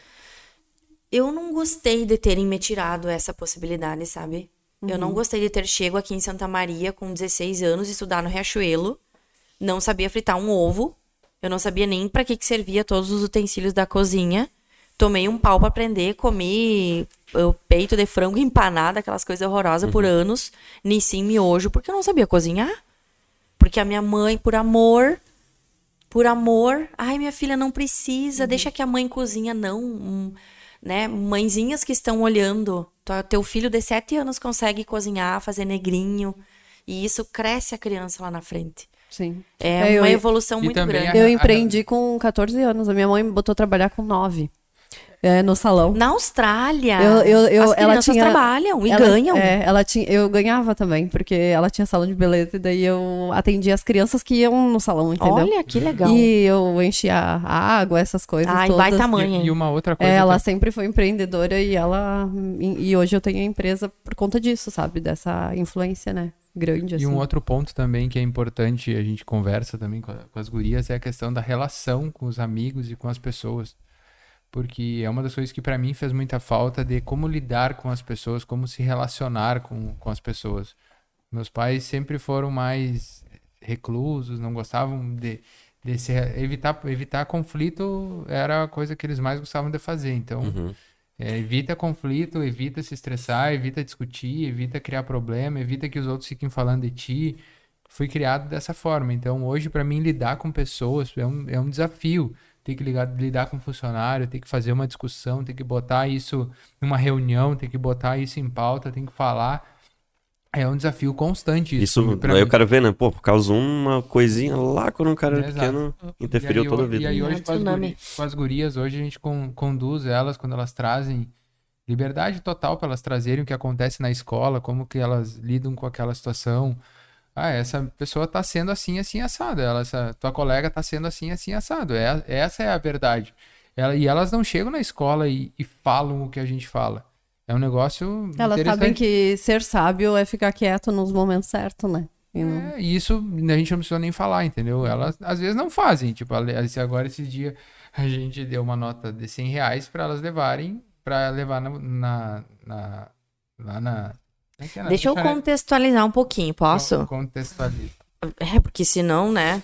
eu não gostei de terem me tirado essa possibilidade, sabe? Eu não gostei de ter chego aqui em Santa Maria com dezesseis anos, estudar no Riachuelo, não sabia fritar um ovo, eu não sabia nem para que, que servia todos os utensílios da cozinha. Tomei um pau para aprender, comi o peito de frango empanado, aquelas coisas horrorosas por anos, nissim miojo, porque eu não sabia cozinhar. Porque a minha mãe, por amor, por amor, ai, minha filha não precisa, deixa que a mãe cozinha, não. Hum, né? Mãezinhas que estão olhando, tua- teu filho de sete anos consegue cozinhar, fazer negrinho, e isso cresce a criança lá na frente. Sim. É, É, uma eu- evolução e muito também grande. a- Eu empreendi com catorze anos. A minha mãe me botou trabalhar com nove. É, no salão. Na Austrália, Eu, eu, eu, as ela crianças tinha, trabalham e ela- ganham. É, ela tinha, eu ganhava também, porque ela tinha salão de beleza e daí eu atendia as crianças que iam no salão, entendeu? Olha, que legal. E eu enchia a água, essas coisas Ai, todas. vai tamanho, E, hein? e uma outra coisa. É, ela que- sempre foi empreendedora e ela e, e hoje eu tenho a empresa por conta disso, sabe? Dessa influência, né? Grande, assim. E um outro ponto também que é importante, a gente conversa também com, a- com as gurias, é a questão da relação com os amigos e com as pessoas. Porque é uma das coisas que pra mim fez muita falta de como lidar com as pessoas, como se relacionar com, com as pessoas. Meus pais sempre foram mais reclusos, não gostavam de, de se, evitar, evitar conflito era a coisa que eles mais gostavam de fazer. Então, Uhum. é, evita conflito, evita se estressar, evita discutir, evita criar problema, evita que os outros fiquem falando de ti. Fui criado dessa forma. Então, hoje, pra mim, lidar com pessoas é um, é um desafio. ter que ligar, lidar com funcionário, ter que fazer uma discussão, ter que botar isso numa reunião, ter que botar isso em pauta, tem que falar. É um desafio constante isso. Isso, pra aí mim. o cara vê, né? Pô, por causa de uma coisinha lá quando um cara era Exato. pequeno, interferiu E aí, toda a ho- vida. E aí hoje É um com as, tsunami. guri- com as gurias, hoje a gente con- conduz elas quando elas trazem liberdade total para elas trazerem o que acontece na escola, como que elas lidam com aquela situação. Ah, essa pessoa tá sendo assim, assim, assado. Ela, essa tua colega tá sendo assim, assim, assado. É, essa é a verdade. Ela, e elas não chegam na escola e, e falam o que a gente fala. É um negócio Elas interessante. sabem que ser sábio é ficar quieto nos momentos certos, né? E não- É, e isso a gente não precisa nem falar, entendeu? Elas às vezes não fazem. Tipo, ale- esse- agora esse dia a gente deu uma nota de cem reais para elas levarem, para levar na, na, na- lá na... como é que é? Na Deixa eu lanchonete. contextualizar um pouquinho, posso? Contextualiza. É, porque senão, né?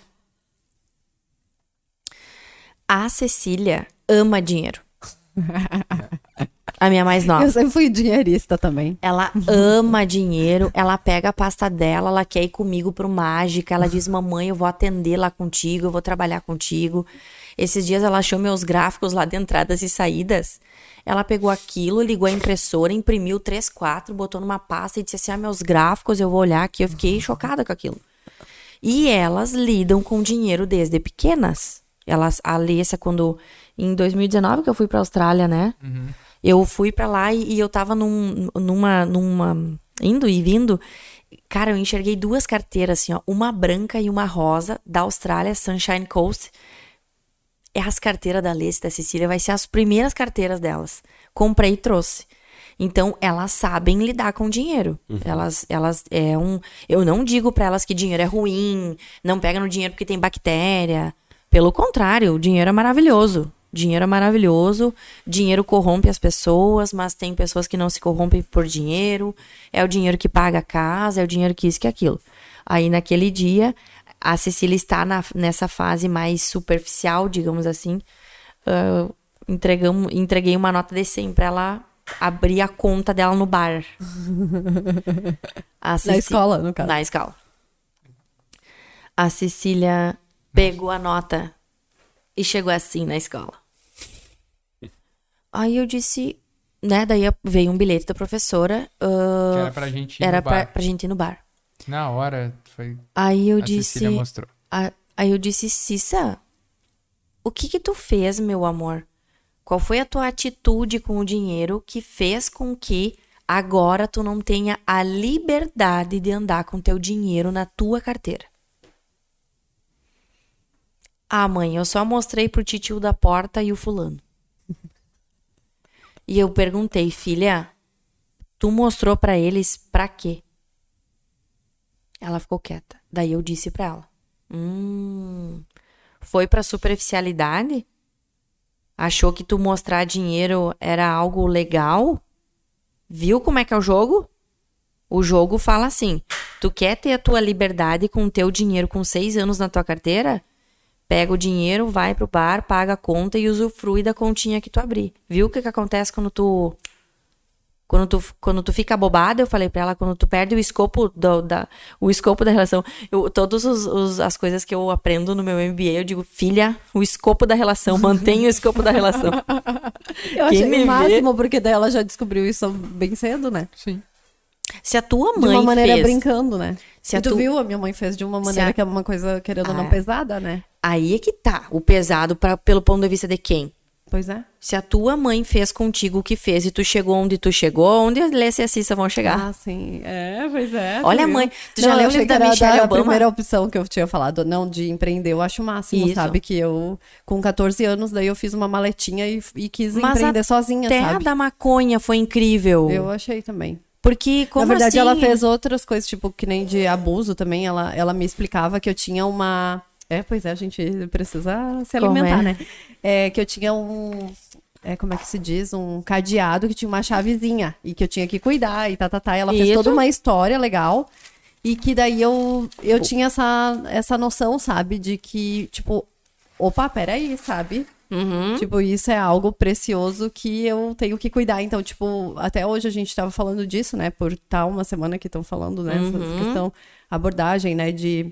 A Cecília ama dinheiro. A minha mais nova. Eu sempre fui dinheirista também. Ela ama dinheiro, ela pega a pasta dela, ela quer ir comigo pro Mágica, ela diz, mamãe, eu vou atender lá contigo, eu vou trabalhar contigo. Esses dias ela achou meus gráficos lá de entradas e saídas. Ela pegou aquilo, ligou a impressora, imprimiu três, quatro, botou numa pasta e disse assim, ah, meus gráficos, eu vou olhar aqui. Eu fiquei chocada com aquilo. E elas lidam com dinheiro desde pequenas. Elas, a Alessia, quando, em dois mil e dezenove que eu fui pra Austrália, né? Eu fui pra lá e, e eu tava num, numa, numa, indo e vindo, cara, eu enxerguei duas carteiras, assim, ó, uma branca e uma rosa, da Austrália, Sunshine Coast. É as carteiras da Alessia e da Cecília, vai ser as primeiras carteiras delas. Comprei e trouxe. Então, elas sabem lidar com dinheiro. Uhum. Elas, elas, é um... Eu não digo pra elas que dinheiro é ruim, não pega no dinheiro porque tem bactéria. Pelo contrário, o dinheiro é maravilhoso. Dinheiro é maravilhoso, dinheiro corrompe as pessoas, mas tem pessoas que não se corrompem por dinheiro. É o dinheiro que paga a casa, é o dinheiro que isso, que aquilo. Aí, naquele dia, a Cecília está na, nessa fase mais superficial, digamos assim. Uh, entregamos, entreguei uma nota de cem pra ela abrir a conta dela no bar. A Ceci... Na escola, no caso. Na escola. A Cecília pegou a nota e chegou assim na escola. Aí eu disse, né? Daí veio um bilhete da professora. Uh, que era pra gente ir era no bar. Pra, pra gente ir no bar. Na hora, foi. Aí eu a disse. Cecília mostrou. A, aí eu disse, Cissa, o que que tu fez, meu amor? Qual foi a tua atitude com o dinheiro que fez com que agora tu não tenha a liberdade de andar com teu dinheiro na tua carteira? Ah, mãe, eu só mostrei pro titio da porta e o fulano. E eu perguntei, filha, tu mostrou pra eles pra quê? Ela ficou quieta. Daí eu disse pra ela, hum, foi pra superficialidade? Achou que tu mostrar dinheiro era algo legal? Viu como é que é o jogo? O jogo fala assim, tu quer ter a tua liberdade com o teu dinheiro com seis anos na tua carteira? Pega o dinheiro, vai pro bar, paga a conta e usufrui da continha que tu abrir. Viu o que que acontece quando tu... Quando tu, quando tu fica bobada, eu falei pra ela, quando tu perde o escopo, do, da, o escopo da relação. Eu, todas os, os, as coisas que eu aprendo no meu M B A, eu digo, filha, o escopo da relação, mantenha o escopo da relação. Eu Quem achei me o máximo, vê- porque daí ela já descobriu isso bem cedo, né? Sim. Se a tua De mãe uma maneira fez... brincando, né? Se e a tu tu- viu, a minha mãe fez de uma maneira a- que é uma coisa, querendo ou não, Ah. pesada, né? Aí é que tá, o pesado pra, pelo ponto de vista de quem? Pois é. Se a tua mãe fez contigo o que fez e tu chegou onde tu chegou, onde a Alessia e a Cissa vão chegar? Ah, sim. É, pois é. Olha, tu viu? mãe, tu Não, já eu leu o achei livro que da era Michelle da Obama? primeira opção que eu tinha falado, não, de empreender. Eu acho o máximo, Isso. sabe? Que eu, com catorze anos, daí eu fiz uma maletinha e, e quis Mas empreender sozinha, Até a sabe? da maconha foi incrível. Eu achei também. Porque, como Na verdade, assim? ela fez outras coisas, tipo, que nem de abuso também. Ela, ela me explicava que eu tinha uma... É, pois é, a gente precisa se Como alimentar, é? né? É, que eu tinha um... É, como é que se diz? Um cadeado que tinha uma chavezinha. E que eu tinha que cuidar e tá, tá, tá. E ela fez Isso. toda uma história legal. E que daí eu, eu tinha essa, essa noção, sabe? De que, tipo... Opa, peraí, sabe? Uhum. Tipo, isso é algo precioso que eu tenho que cuidar. Então, tipo, até hoje a gente tava falando disso, né? Por tal uma semana que estão falando, né? Essa Uhum. questão, abordagem, né? De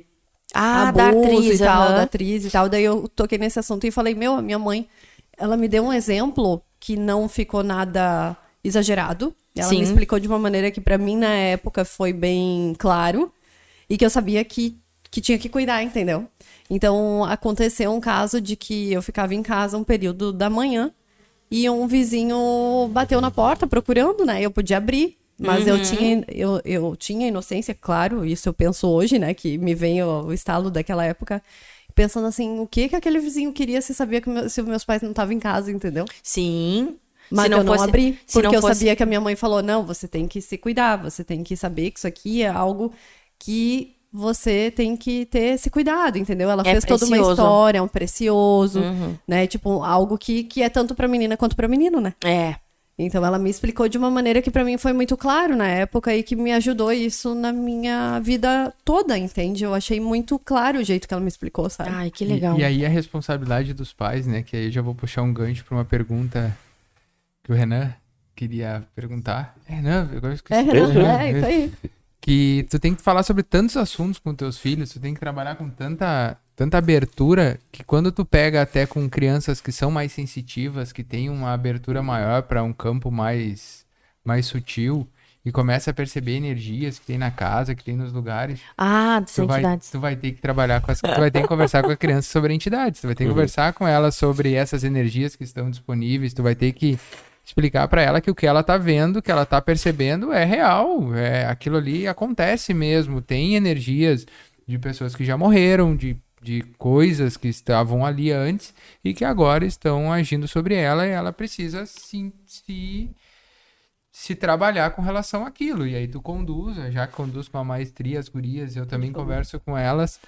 Ah, da abuso atriz, e tal, aham. da atriz e tal. Daí eu toquei nesse assunto e falei, meu, a minha mãe, ela me deu um exemplo que não ficou nada exagerado. Ela Sim. me explicou de uma maneira que pra mim na época foi bem claro e que eu sabia que, que tinha que cuidar, entendeu? Então aconteceu um caso de que eu ficava em casa um período da manhã e um vizinho bateu na porta procurando, né? Eu podia abrir. Mas Uhum. eu, tinha, eu, eu tinha inocência, claro, isso eu penso hoje, né? Que me vem o, o estalo daquela época, pensando assim, o que que aquele vizinho queria se sabia que meu, se meus pais não estavam em casa, entendeu? Sim. Mas Se não eu não fosse- abri, se porque não eu fosse- sabia que a minha mãe falou, não, você tem que se cuidar, você tem que saber que isso aqui é algo que você tem que ter esse cuidado, entendeu? Ela É fez toda uma precioso. história, um precioso, Uhum. né? Tipo, algo que, que é tanto pra menina quanto pra menino, né? É. Então ela me explicou de uma maneira que pra mim foi muito claro na época e que me ajudou isso na minha vida toda, entende? Eu achei muito claro o jeito que ela me explicou, sabe? Ai, que E- legal. E, aí a responsabilidade dos pais, né? Que aí eu já vou puxar um gancho pra uma pergunta que o Renan queria perguntar. É, Renan, agora eu esqueci. É, Renan, Renan, é, isso aí. Que tu tem que falar sobre tantos assuntos com teus filhos, tu tem que trabalhar com tanta, tanta abertura, que quando tu pega até com crianças que são mais sensitivas, que têm uma abertura maior para um campo mais, mais sutil, e começa a perceber energias que tem na casa, que tem nos lugares, Ah, das tu vai, entidades. tu vai ter que trabalhar com as, tu vai ter que conversar com a criança sobre entidades, tu vai ter que conversar com ela sobre essas energias que estão disponíveis, tu vai ter que explicar pra ela que o que ela tá vendo, que ela tá percebendo é real, é aquilo ali acontece mesmo, tem energias de pessoas que já morreram, de, de coisas que estavam ali antes e que agora estão agindo sobre ela e ela precisa se, se, se trabalhar com relação àquilo. E aí tu conduz, já que conduz com a maestria as gurias, eu também converso com elas,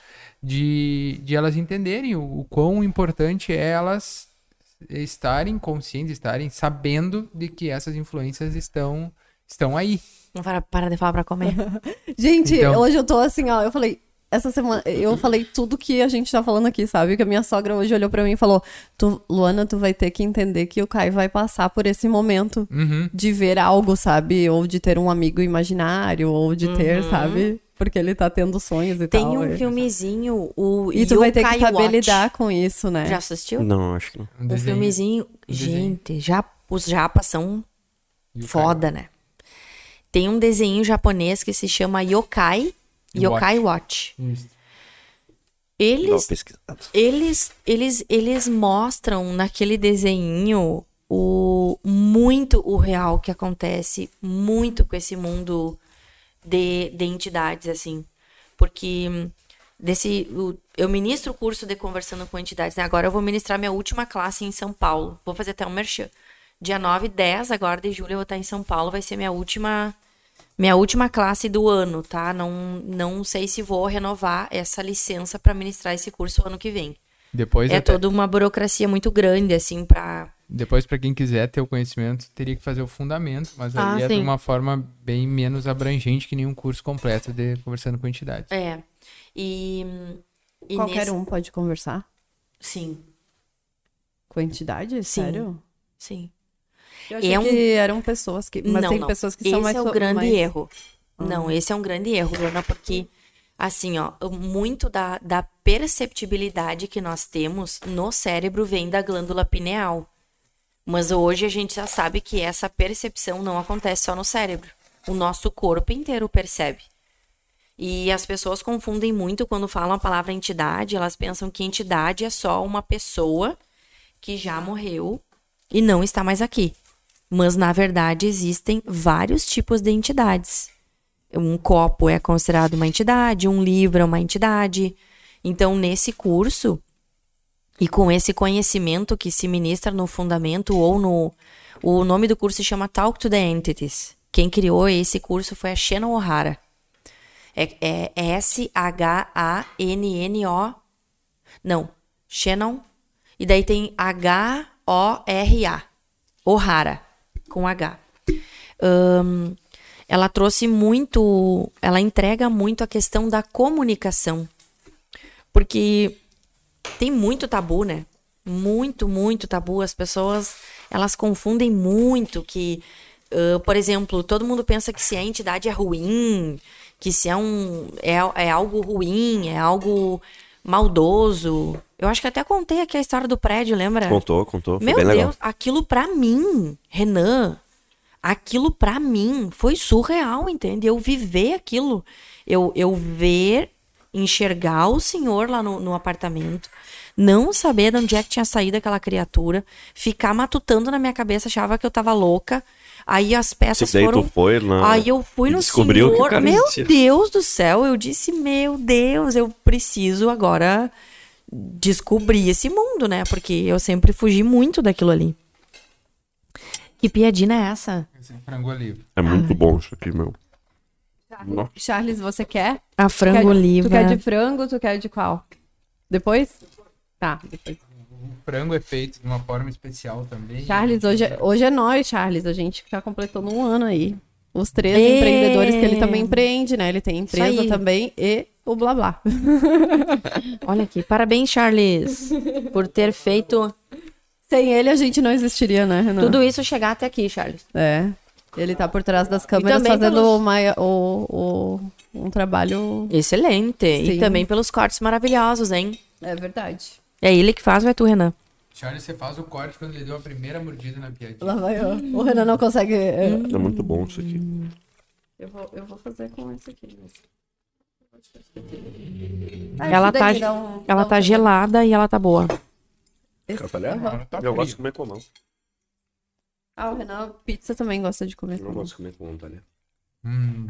de, de elas entenderem o, o quão importante é elas estarem conscientes, estarem sabendo de que essas influências estão, estão aí. Não para, para de falar pra comer. Gente, Então- hoje eu tô assim, ó, eu falei, essa semana, eu falei tudo que a gente tá falando aqui, sabe? Que a minha sogra hoje olhou pra mim e falou, tu, Luana, tu vai ter que entender que o Caio vai passar por esse momento Uhum. de ver algo, sabe? Ou de ter um amigo imaginário, ou de ter, sabe? Porque ele tá tendo sonhos e Tem tal. um é. filmezinho, o E tu vai ter que Yokai saber Watch. lidar com isso, né? Já assistiu? Não, acho que não. Um Um desenho. filmezinho. desenho. Gente, já, os japas são E o foda, né? Tem um desenho japonês que se chama Yokai, Yokai Watch. cara- Isso. Dá uma Eles, pesquisada. eles, eles, eles mostram naquele desenho o, muito o real que acontece, muito com esse mundo de, de entidades, assim. Porque hum, desse, o- eu ministro o curso de Conversando com Entidades, né? Agora eu vou ministrar minha última classe em São Paulo. Vou fazer até um merchan. Dia nove e dez agora de julho eu vou estar em São Paulo. Vai ser minha última, minha última classe do ano, tá? Não, não sei se vou renovar essa licença para ministrar esse curso ano que vem. Depois, É até- toda uma burocracia muito grande, assim, pra... depois para quem quiser ter o conhecimento, teria que fazer o fundamento, mas Ah, aí é de sim. uma forma bem menos abrangente que nenhum curso completo de Conversando com Entidades. É. E... e Qualquer nesse- um pode conversar Sim, com a entidade? Sim. Sério? sim. Eu achei É um- que eram pessoas que... Mas não, tem não. pessoas que esse são mais... é o so- grande mais- erro. Não, esse é um grande erro, Luana, porque, assim, ó, muito da, da perceptibilidade que nós temos no cérebro vem da glândula pineal. Mas hoje a gente já sabe que essa percepção não acontece só no cérebro. O nosso corpo inteiro percebe. E as pessoas confundem muito quando falam a palavra entidade, elas pensam que entidade é só uma pessoa que já morreu e não está mais aqui. Mas, na verdade, existem vários tipos de entidades. Um copo é considerado uma entidade, um livro é uma entidade. Então, nesse curso, e com esse conhecimento que se ministra no fundamento ou no... O nome do curso se chama Talk to the Entities. Quem criou esse curso foi a Shannon O'Hara. É, é S H A N N O... Não, Shannon. E daí tem H O R A. O'Hara, com H. Ahn, ela trouxe muito... Ela entrega muito a questão da comunicação. Porque tem muito tabu, né? Muito, muito tabu. As pessoas, elas confundem muito que... Uh, por exemplo, todo mundo pensa que se a entidade é ruim, que se é um é, é algo ruim, é algo maldoso. Eu acho que até contei aqui a história do prédio, lembra? Contou, contou. Foi Meu bem Deus, legal. aquilo pra mim, Renan, aquilo pra mim foi surreal, entende? Eu viver aquilo, eu, eu ver, enxergar o senhor lá no, no apartamento, não saber de onde é que tinha saído aquela criatura, ficar matutando na minha cabeça, achava que eu tava louca. Aí as peças Se daí foram... tu foi na... Aí eu fui e no descobriu que o senhor, cara meu existia. Deus do céu, eu disse, meu Deus, eu preciso agora descobrir esse mundo, né? Porque eu sempre fugi muito daquilo ali. Que piadinha é essa? Esse é frango livre. É muito bom isso aqui, meu. Nossa. Charles, você quer? A Tu frango quer- Tu livre. quer de frango, tu quer de qual? Depois? Tá, depois. O frango é feito de uma forma especial também. Charles, hoje é, hoje é nós, Charles. A gente tá completando um ano aí. Os três Ê! empreendedores que ele também empreende, né? Ele tem empresa aí. também e o Blá Blá. Olha aqui, parabéns, Charles, por ter feito Sem ele a gente não existiria, né, Renan? tudo isso chegar até aqui, Charles. É. Ele tá por trás das câmeras também fazendo pelos- uma, o, o- um trabalho... Excelente. Sim. E também pelos cortes maravilhosos, hein? É verdade. É ele que faz ou é tu, Renan? Charles, você faz o corte quando ele deu a primeira mordida na piadinha. Lá vai eu. O Renan não consegue... é, É muito bom isso aqui. Eu vou, eu vou fazer com esse aqui. ela tá, ela tá gelada e ela tá boa. Agora tá Eu frio. gosto de comer com a mão. Ah, o Renan, pizza também gosta de comer. Eu não gosto de comer com a mão, talher. Hum,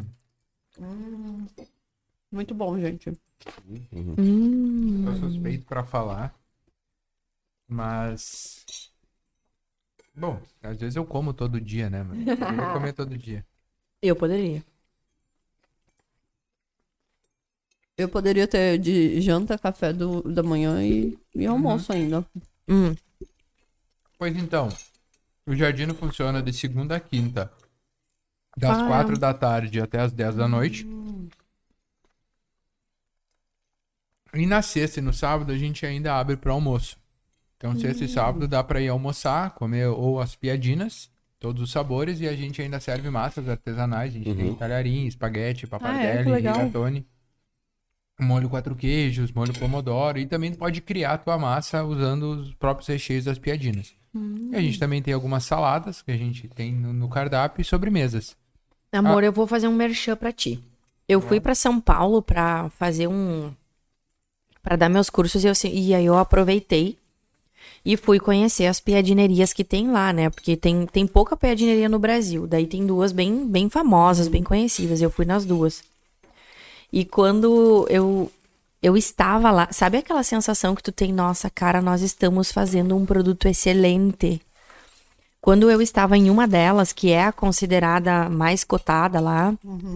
Muito bom, gente. Hum. tô suspeito pra falar. Mas... Bom, às vezes eu como todo dia, né, mano? Eu vou comer todo dia. Eu poderia. Eu poderia ter de janta, café do, da manhã e, e almoço ainda. Hum. Pois então, o Jardino funciona de segunda a quinta. Das Ah, quatro da tarde até as dez da noite. E na sexta e no sábado a gente ainda abre para almoço. Então sexta e sábado dá para ir almoçar, comer ou as piadinas, todos os sabores, e a gente ainda serve massas artesanais. A gente tem talharim, espaguete, papardelli, que legal. rigatoni, molho quatro queijos, molho pomodoro, e também tu pode criar a tua massa usando os próprios recheios das piadinas. E a gente também tem algumas saladas que a gente tem no, no cardápio e sobremesas. Amor, eu vou fazer um merchan pra ti. Eu fui pra São Paulo pra fazer um... Pra dar meus cursos e, eu, e aí eu aproveitei e fui conhecer as piadinerias que tem lá, né? Porque tem, tem pouca piadineria no Brasil. Daí tem duas bem, bem famosas, bem conhecidas. Eu fui nas duas. E quando eu, eu estava lá... Sabe aquela sensação que tu tem? Nossa, cara, nós estamos fazendo um produto excelente. Quando eu estava em uma delas, que é a considerada mais cotada lá...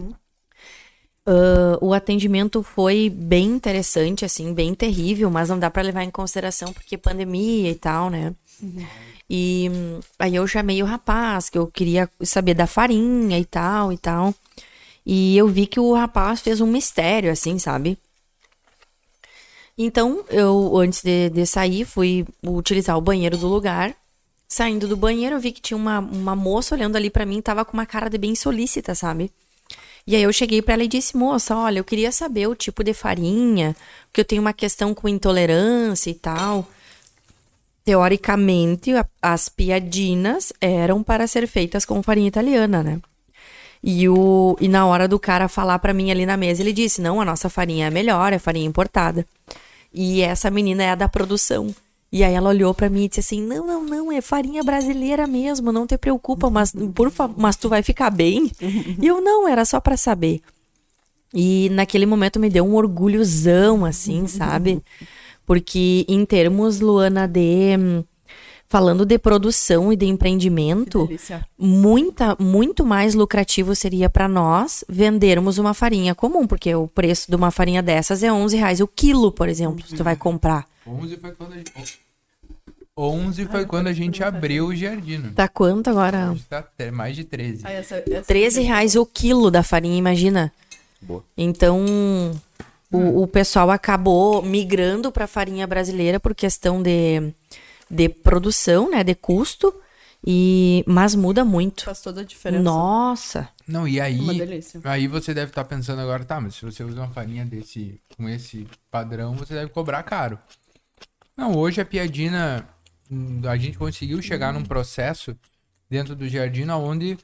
Uh, o atendimento foi bem interessante, assim, bem terrível, mas não dá pra levar em consideração porque pandemia e tal, né? Uhum. E hum, aí eu chamei o rapaz, que eu queria saber da farinha e tal e tal. E eu vi que o rapaz fez um mistério, assim, sabe? Então, eu, antes de, de sair, fui utilizar o banheiro do lugar. Saindo do banheiro, eu vi que tinha uma, uma moça olhando ali pra mim, tava com uma cara de bem solícita, sabe? E aí eu cheguei pra ela e disse, moça, olha, eu queria saber o tipo de farinha, porque eu tenho uma questão com intolerância e tal. Teoricamente, a, as piadinas eram para ser feitas com farinha italiana, né? E, o, e na hora do cara falar pra mim ali na mesa, ele disse, não, a nossa farinha é melhor, é farinha importada. E essa menina é a da produção. E aí ela olhou pra mim e disse assim, não, não, não, é farinha brasileira mesmo, não te preocupa, mas, por favor, mas tu vai ficar bem? E eu, não, era só pra saber. E naquele momento me deu um orgulhozão, assim, sabe? Porque em termos, Luana, de... Falando de produção e de empreendimento, muita, muito mais lucrativo seria pra nós vendermos uma farinha comum, porque o preço de uma farinha dessas é onze reais o quilo, por exemplo, se tu vai comprar. onze foi quando a gente, onze foi quando a gente abriu o Jardino. Tá quanto agora? Hoje tá até mais de treze. Ah, essa, essa treze reais o quilo da farinha, imagina. Boa. Então, o, o pessoal acabou migrando pra farinha brasileira por questão de, de produção, né, de custo, e, mas muda muito. faz toda a diferença. Nossa, Não, e aí, Uma delícia. aí você deve estar pensando agora, tá, mas se você usa uma farinha desse, com esse padrão, você deve cobrar caro. Não, hoje a piadina, hum, a gente conseguiu chegar num processo dentro do Jardim onde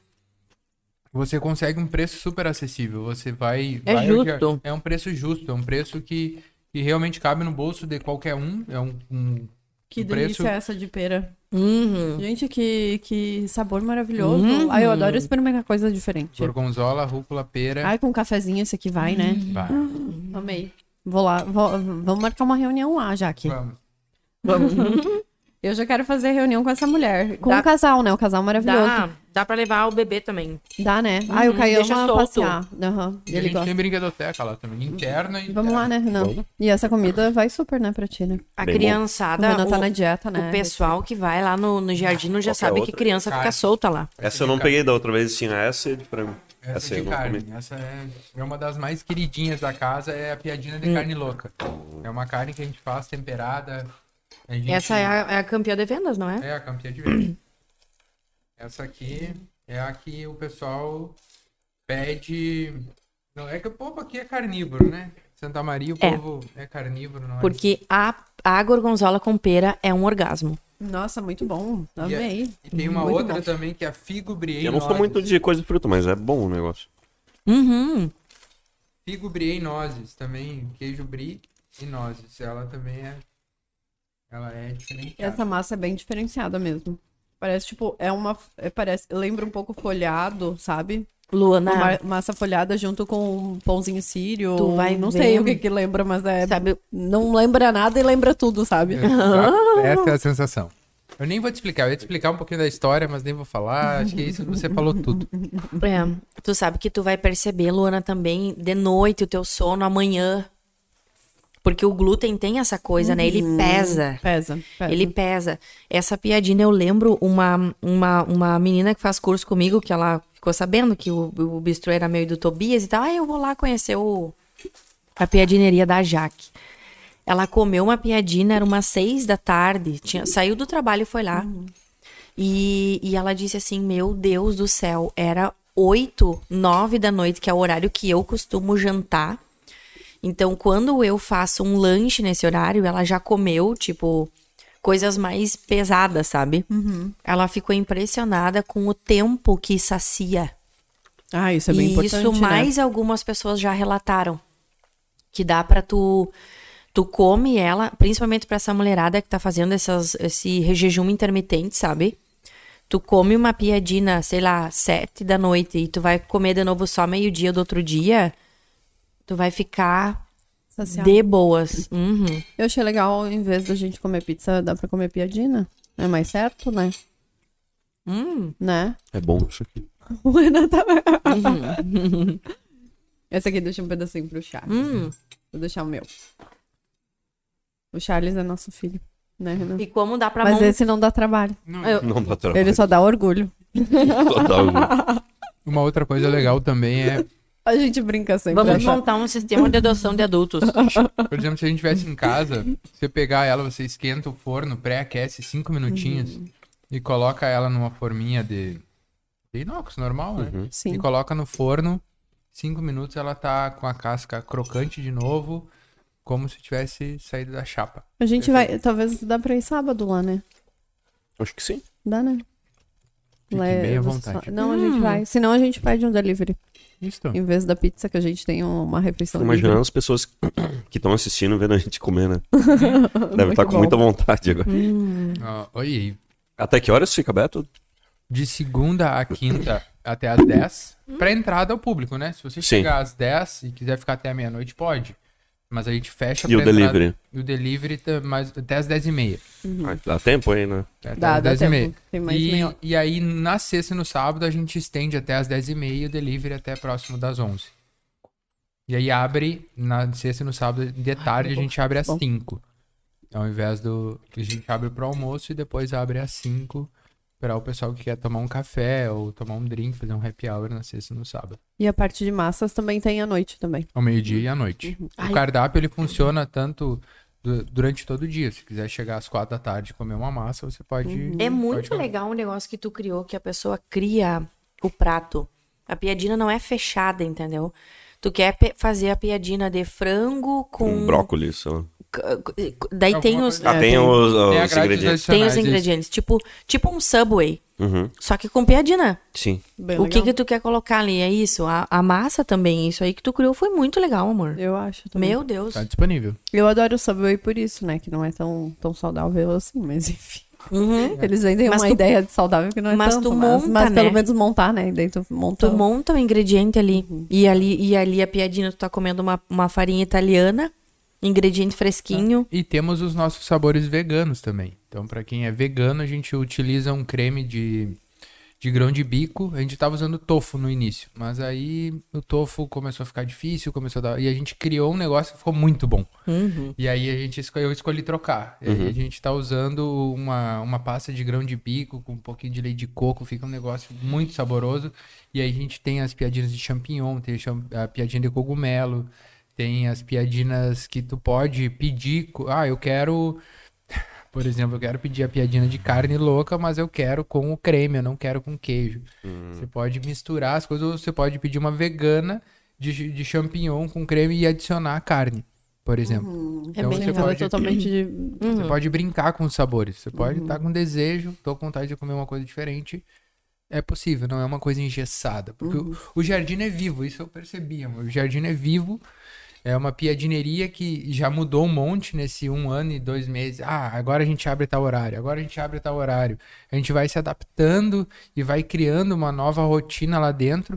você consegue um preço super acessível. Você vai... É vai ao justo. Jar- É um preço justo, é um preço que, que realmente cabe no bolso de qualquer um. É um, um, Que um delícia preço... essa de pera. Uhum. Gente, que, que sabor maravilhoso. Uhum. Ai, eu adoro experimentar coisa diferente. Gorgonzola, rúcula, pera... Ai, com um cafezinho esse aqui vai, né? Vai. Amei. Vou lá, vou- vamos marcar uma reunião lá, já aqui. Vamos. Vamos. Eu já quero fazer reunião com essa mulher. Com Dá- o casal, né? O casal maravilhoso. Dá, dá pra levar o bebê também. Dá, né? Ai, o Uhum, Caio deixa ama solto. passear. Aham. E a Ele gente gosta. tem brinquedoteca lá também, interna e Vamos lá, né, Renan? Vamos. E essa comida vai super, né, pra ti, né? A Bem bom. O criançada, Renan tá o, na dieta, né? o pessoal que vai lá no, no jardim já Qualquer sabe que outra. criança Cara. fica solta lá. Essa eu não peguei da outra vez, tinha essa e de frango. Essa, Essa eu de não carne. comi. Essa é, é uma das mais queridinhas da casa, é a piadinha Hum. de carne louca. É uma carne que a gente faz temperada. a gente- Essa é a, é a campeã de vendas, não é? É a campeã de verde. Essa aqui é a que o pessoal pede... Não, é que o povo aqui é carnívoro, né? Santa Maria, o É. povo é carnívoro, não é? Porque a, a gorgonzola com pera é um orgasmo. Nossa, muito bom. E, é- Amei. e tem uma Muito outra bom. também que é a figo brie Eu não sou nozes. muito de coisa de fruta, mas é bom o negócio. Uhum. Figo brie e nozes também, queijo brie e nozes. Ela também é... Ela é diferente. Essa massa é bem diferenciada mesmo. Parece, tipo, é uma... É, parece, lembra um pouco folhado, sabe? Luana, Uma massa folhada junto com um pãozinho sírio. Tu vai Não ver. sei o que que lembra, mas é... sabe? Não lembra nada e lembra tudo, sabe? Exato. Essa é a sensação. Eu nem vou te explicar, eu ia te explicar um pouquinho da história, mas nem vou falar. Acho que é isso que você falou tudo. É, tu sabe que tu vai perceber, Luana, também de noite o teu sono amanhã. Porque o glúten tem essa coisa, né? Ele pesa. Pesa, pesa. Ele pesa. Essa piadinha, eu lembro uma, uma, uma menina que faz curso comigo, que ela ficou sabendo que o, o bistrô era meu e do Tobias e tal. Ah, eu vou lá conhecer o, a piadineria da Jaque. Ela comeu uma piadina, era umas seis da tarde, tinha, saiu do trabalho e foi lá. E, e ela disse assim, meu Deus do céu, era oito, nove da noite, que é o horário que eu costumo jantar. Então, quando eu faço um lanche nesse horário, ela já comeu, tipo, coisas mais pesadas, sabe? Ela ficou impressionada com o tempo que sacia. Ah, isso é bem e importante, isso né? mais algumas pessoas já relataram. Que dá pra tu... Tu come ela, principalmente pra essa mulherada que tá fazendo essas, esse jejum intermitente, sabe? Tu come uma piadina, sei lá, sete da noite e tu vai comer de novo só meio-dia do outro dia, tu vai ficar Saciado. de boas. Uhum. Eu achei legal, em vez da gente comer pizza, dá pra comer piadina. É mais certo, né? Hum. Né? É bom isso aqui. O Renan tá... Esse aqui deixa um pedacinho pro Charles. Hum. Vou deixar o meu. O Charles é nosso filho, né, Renan? E como dá pra Mas montar... esse não dá trabalho. Não, Eu- Não dá trabalho. Ele só dá orgulho. Total. Uma outra coisa legal também é, A gente brinca sempre. Vamos né? montar um sistema de adoção de adultos. por exemplo, se a gente estivesse em casa, você pegar ela, você esquenta o forno, pré-aquece cinco minutinhos e coloca ela numa forminha de, de inox normal, né? Uhum. Sim. E coloca no forno, cinco minutos ela tá com a casca crocante de novo, como se tivesse saído da chapa. A gente vai... Talvez dá pra ir sábado lá, né? Acho que sim. Dá, né? Fique Lá é- bem à vontade. Não, a gente vai. Senão a gente pede um delivery. Isso. Em vez da pizza, que a gente tem uma refeição Tô imaginando livre. as pessoas que estão assistindo, vendo a gente comer, né? Deve estar com bom. muita vontade agora. Ó, oi, Até que horas fica aberto? de segunda a quinta até às dez, pra entrada ao público, né? Se você Sim. chegar às dez e quiser ficar até a meia-noite, pode. Mas a gente fecha E o pra entrada- delivery? E o delivery tá mais, até às dez e meia. Ah, dá tempo aí, né? Até Dá, às dá dez e meia. tempo. Tem mais E, meia hora. e aí, na sexta e no sábado, a gente estende até às dez e meia e o delivery até próximo das onze. E aí abre, na sexta e no sábado de tarde, a gente abre às bom. cinco. Ao invés do... A gente abre pro almoço e depois abre às cinco para o pessoal que quer tomar um café ou tomar um drink, fazer um happy hour na sexta e no sábado. E a parte de massas também tem à noite também. Ao meio-dia e à noite. O Ai. cardápio, ele funciona tanto du- durante todo o dia. Se quiser chegar às quatro da tarde e comer uma massa, você pode... É pode muito comer. legal um negócio que tu criou, que a pessoa cria o prato. A piadina não é fechada, entendeu? Tu quer pe- fazer a piadina de frango com... Com brócolis, sei lá. c- Daí Alguma tem os, coisa- Ah, É, tem tem- os, Tem a os grade dos ingredientes. tem os adicionais, isso. ingredientes. Tipo, tipo um Subway, Uhum, só que com piadina. sim. Bem O que legal. que tu quer colocar ali? É isso. A, a massa também. Isso aí que tu criou foi muito legal, amor. Eu acho também. Meu Deus. Tá disponível. Eu adoro o Subway por isso, né? Que não é tão, tão saudável assim, mas enfim. Uhum. Eles vendem Mas uma tu- ideia de saudável que não é mas tanto, tu mas, monta, mas né? pelo menos montar, né? E daí tu monta... Tu monta o ingrediente ali. E ali. E ali a piadina, tu tá comendo uma, uma farinha italiana, ingrediente fresquinho. E temos os nossos sabores veganos também. Então, pra quem é vegano, a gente utiliza um creme de, de grão de bico. A gente tava usando tofu no início, mas aí o tofu começou a ficar difícil, começou a dar... E a gente criou um negócio que ficou muito bom. Uhum. E aí a gente esco- eu escolhi trocar. E aí a gente tá usando uma, uma pasta de grão de bico com um pouquinho de leite de coco, fica um negócio muito saboroso. E aí a gente tem as piadinhas de champignon, tem a cham- a piadinha de cogumelo, tem as piadinas que tu pode pedir. co- Ah, eu quero, por exemplo, eu quero pedir a piadinha de carne louca, mas eu quero com o creme, eu não quero com queijo. Você pode misturar as coisas, ou você pode pedir uma vegana de, de champignon com creme e adicionar a carne, por exemplo. É bem você legal. pode, totalmente de... você pode brincar com os sabores. Você pode estar com desejo, tô com vontade de comer uma coisa diferente. É possível, não é uma coisa engessada. Porque o, o jardim é vivo, isso eu percebi, amor. O jardim é vivo. É uma piadineria que já mudou um monte nesse um ano e dois meses. Ah, agora a gente abre tal horário, agora a gente abre tal horário. A gente vai se adaptando e vai criando uma nova rotina lá dentro.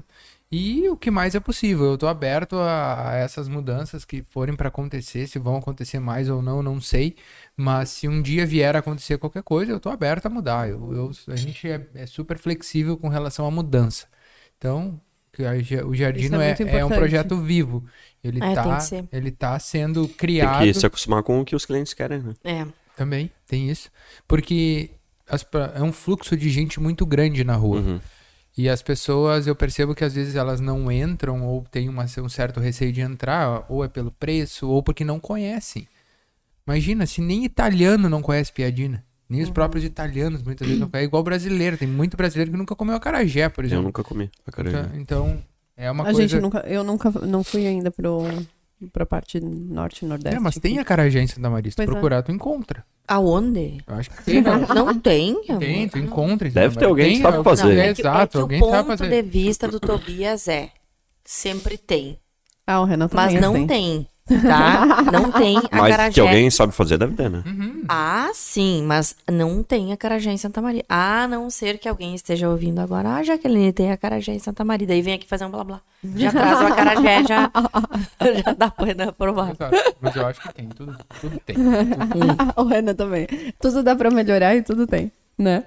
E o que mais é possível. Eu tô aberto a, a essas mudanças que forem para acontecer. Se vão acontecer mais ou não, não sei. Mas se um dia vier a acontecer qualquer coisa, eu tô aberto a mudar. Eu, eu- a gente é, é super flexível com relação à mudança. Então, que a ja- o Jardino Isso é é, muito é um importante. projeto vivo. Ele, É, tem tá, que ser. ele tá sendo Tem criado. que se acostumar com o que os clientes querem, né? É. Também, tem isso. Porque as pra- é um fluxo de gente muito grande na rua. Uhum. E as pessoas, eu percebo que às vezes elas não entram ou tem uma, um certo receio de entrar, ou é pelo preço, ou porque não conhecem. Imagina, se nem italiano não conhece piadina. Nem os próprios italianos muitas vezes não conhecem. É igual brasileiro. Tem muito brasileiro que nunca comeu acarajé, por Eu exemplo. nunca comi acarajé. Então, então, é uma A coisa... gente nunca... Eu nunca... Não fui ainda pro... Pra parte norte e nordeste. É, mas tem acarajé em Santa Maria. Se tu Pois é. procurar, tu encontra. Aonde? Eu acho que tem, né? Não tem, amor. Tem, tu encontra. em Santa Deve ter Maria. alguém que Tem, sabe é, fazer. Não, é, é que, exato, é que alguém o sabe ponto fazer. de vista do Tobias é sempre tem, Ah, o Renan também mas não assim. tem, tá? Não tem Mas acarajé. que alguém sabe fazer, deve ter, né? Ah, sim, mas não tem acarajé em Santa Maria. A não ser que alguém esteja ouvindo agora. Ah, Jaqueline, tem acarajé em Santa Maria. Daí vem aqui fazer um blá blá. Já traz o acarajé, já, já dá pra provar. Exato. Mas eu acho que tem, tudo, tudo tem. o Renan também. Tudo dá pra melhorar e tudo tem, né?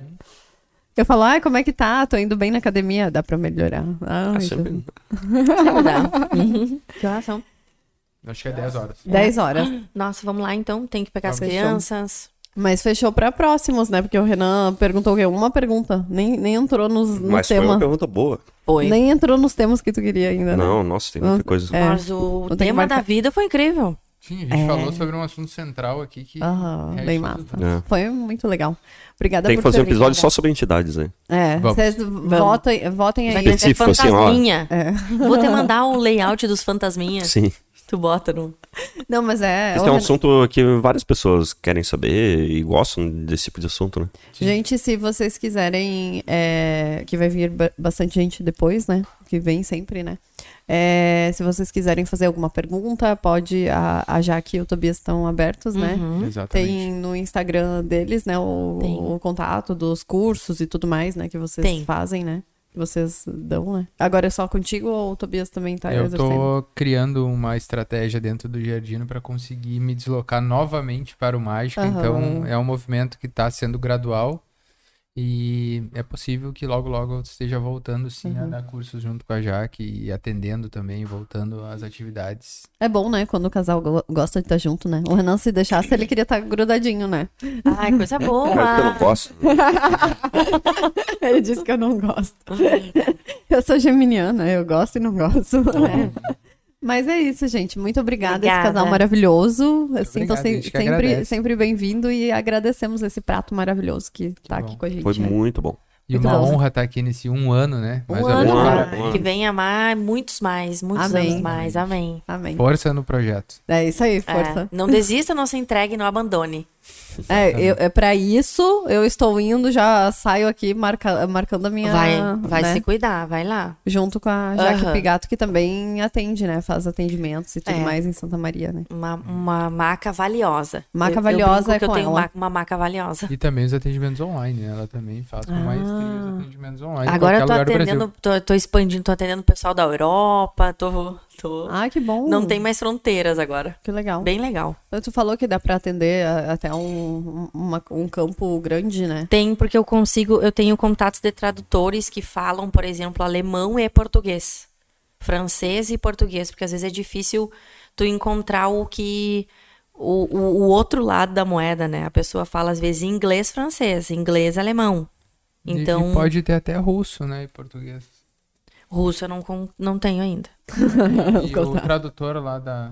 Eu falo, ai, como é que tá? Tô indo bem na academia. Dá pra melhorar. Ai, Ah, sempre... Sempre dá. Uhum. Que horas são? Acho que é dez horas. dez horas. Nossa, vamos lá então. Tem que pegar as Fechou. crianças. Mas fechou pra próximos, né? Porque o Renan perguntou o quê? Uma pergunta. Nem, nem entrou nos, no Mas foi tema. uma pergunta boa. Foi. Nem entrou nos temas que tu queria ainda, né? Não, nossa, tem muita Nossa, coisa. é. Mas o Não tem que tema marcar. da vida foi incrível. Sim, a gente É. falou sobre um assunto central aqui que... Aham, reage bem tudo. massa. É. Foi muito legal. Obrigada Tem que por fazer um terem episódio vindo. só sobre entidades, né? É, Vamos. vocês votem, votem Vai aí. ter Específico, assim, ó. fantasminha. É. Vou te mandar o layout dos fantasminhas. Sim. Tu bota no... Não, mas é... Esse o é um Renan- assunto que várias pessoas querem saber e gostam desse tipo de assunto, né? Gente, se vocês quiserem, é, que vai vir ba- bastante gente depois, né? Que vem sempre, né? É, se vocês quiserem fazer alguma pergunta, pode. A, a Jaque e o Tobias estão abertos, né? Uhum. Exatamente. Tem no Instagram deles, né? O, Tem. o contato dos cursos e tudo mais, né? Que vocês Tem. fazem, né? Que vocês dão, né? Agora é só contigo ou o Tobias também tá Eu exercendo? tô criando uma estratégia dentro do Jardino para conseguir me deslocar novamente para o Mágica. Aham. Então, é um movimento que está sendo gradual. E é possível que logo, logo eu esteja voltando, sim, a dar cursos junto com a Jaque e atendendo também, voltando às atividades. É bom, né? Quando o casal go- gosta de estar junto, né? O Renan, se deixasse, ele queria estar grudadinho, né? Ai, coisa boa. Mas eu não posso. Ele disse que eu não gosto. Eu sou geminiana, eu gosto e não gosto. É. Mas é isso, gente. Muito obrigada, Obrigada. esse casal maravilhoso. Assim, tô obrigado, sem- a gente que sempre, agradece. sempre bem-vindo e agradecemos esse prato maravilhoso que, tá bom. aqui com a gente. Foi né? muito bom. E Muito uma bom. honra estar aqui nesse um ano, né? Um Mais ou ano, menos. Um ano. Parabéns. ano. Que venha mais, muitos mais, muitos Amém. anos mais. Amém. Amém. Força no projeto. É isso aí, É, força. não desista, não se entregue, não abandone. É, eu, é pra isso, eu estou indo, já saio aqui marca, marcando a minha... Vai, vai né, se cuidar, vai lá. junto com a Jaque Aham. Pigato, que também atende, né? Faz atendimentos e tudo É. mais em Santa Maria, né? Uma, uma maca valiosa. Maca Eu- eu valiosa brinco é que eu com tenho ela. uma, uma maca valiosa. E também os atendimentos online, né? Ela também faz com Ah. maestria os atendimentos online. em Agora qualquer eu tô lugar do Brasil. atendendo, tô, tô expandindo, tô atendendo o pessoal da Europa, tô... tô... Ah, que bom. Não tem mais fronteiras agora. Que legal. Bem legal. Tu falou que dá pra atender a- até um, uma- um campo grande, né? Tem, porque eu consigo, eu tenho contatos de tradutores que falam, por exemplo, alemão e português. Francês e português, porque às vezes é difícil tu encontrar o que... O, o, o outro lado da moeda, né? A pessoa fala, às vezes, inglês, francês, inglês, alemão. E- Então, E pode ter até russo, né? E português. russo eu não, con- não tenho ainda. E o tradutor lá da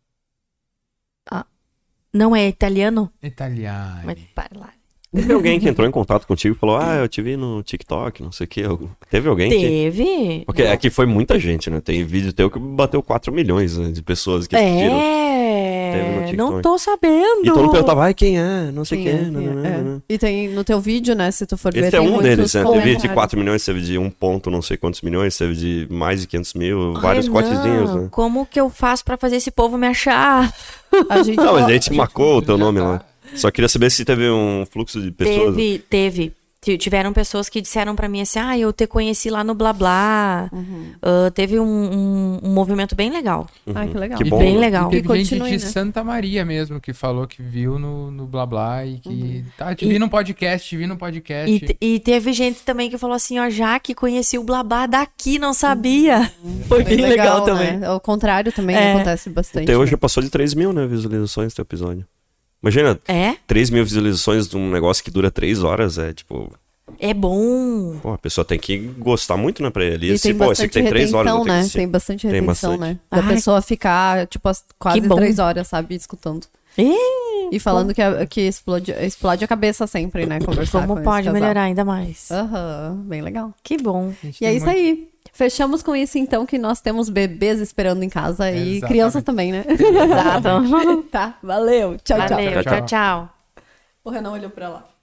Não é italiano? italiana. Mas para lá. Teve alguém que entrou em contato contigo e falou, ah, eu te vi no TikTok, não sei o quê. Teve alguém que... Teve? Porque é que foi muita gente, né? Tem vídeo teu que bateu quatro milhões, né, de pessoas que assistiram. Teve no É, TikTok. não tô sabendo. E todo mundo perguntava, ai, quem é? Não sei Quem quem, é, é. quem é, nananana. é. E tem no teu vídeo, né? Se tu for ver, Esse é tem um muitos deles, né? Teve de comentários. quatro milhões, teve de um ponto não sei quantos milhões, teve de mais de quinhentos mil, vários Renan, cortezinhos, né? Como que eu faço pra fazer esse povo me achar? A gente, Não, mas a gente marcou o teu já nome tá. lá. Só queria saber se teve um fluxo de pessoas. Teve, teve. T- Tiveram pessoas que disseram pra mim assim, ah, eu te conheci lá no Blá Blá. Uhum. Ah, teve um, um- um movimento bem legal. Ai, que legal. Que E bom, bem né? legal. E teve Que gente continue, de né? Santa Maria mesmo que falou que viu no, no Blá Blá e que... Uhum. Tá, te vi no podcast, te vi no podcast. E, te- e teve gente também que falou assim, ó, já que conheci o Blá Blá daqui, não sabia. Foi bem, legal, também. Né? Ao contrário também É. acontece bastante. Até hoje né? já passou de três mil, né, visualizações do teu episódio. Imagina, É? três mil visualizações de um negócio que dura três horas, é tipo... É bom. Pô, a pessoa tem que gostar muito, né, pra ele. E Esse, tem pô, esse aqui bastante tem três horas, retenção, vou ter que né? assistir. Tem bastante Tem retenção, bastante. né? Da Ai. pessoa ficar, tipo, as- quase bom. três horas, sabe? Escutando. Ih, E falando que, a- que explode, explode a cabeça sempre, né? Conversar com como esse pode casal. melhorar ainda mais. Aham, bem legal. Que bom. A gente E é tem isso muito- aí. Fechamos com isso, então, que nós temos bebês esperando em casa e Exatamente. crianças também, né? Exato. Tá, valeu. Tchau, tchau. Valeu, Tchau, tchau, tchau. tchau. O Renan olhou pra lá.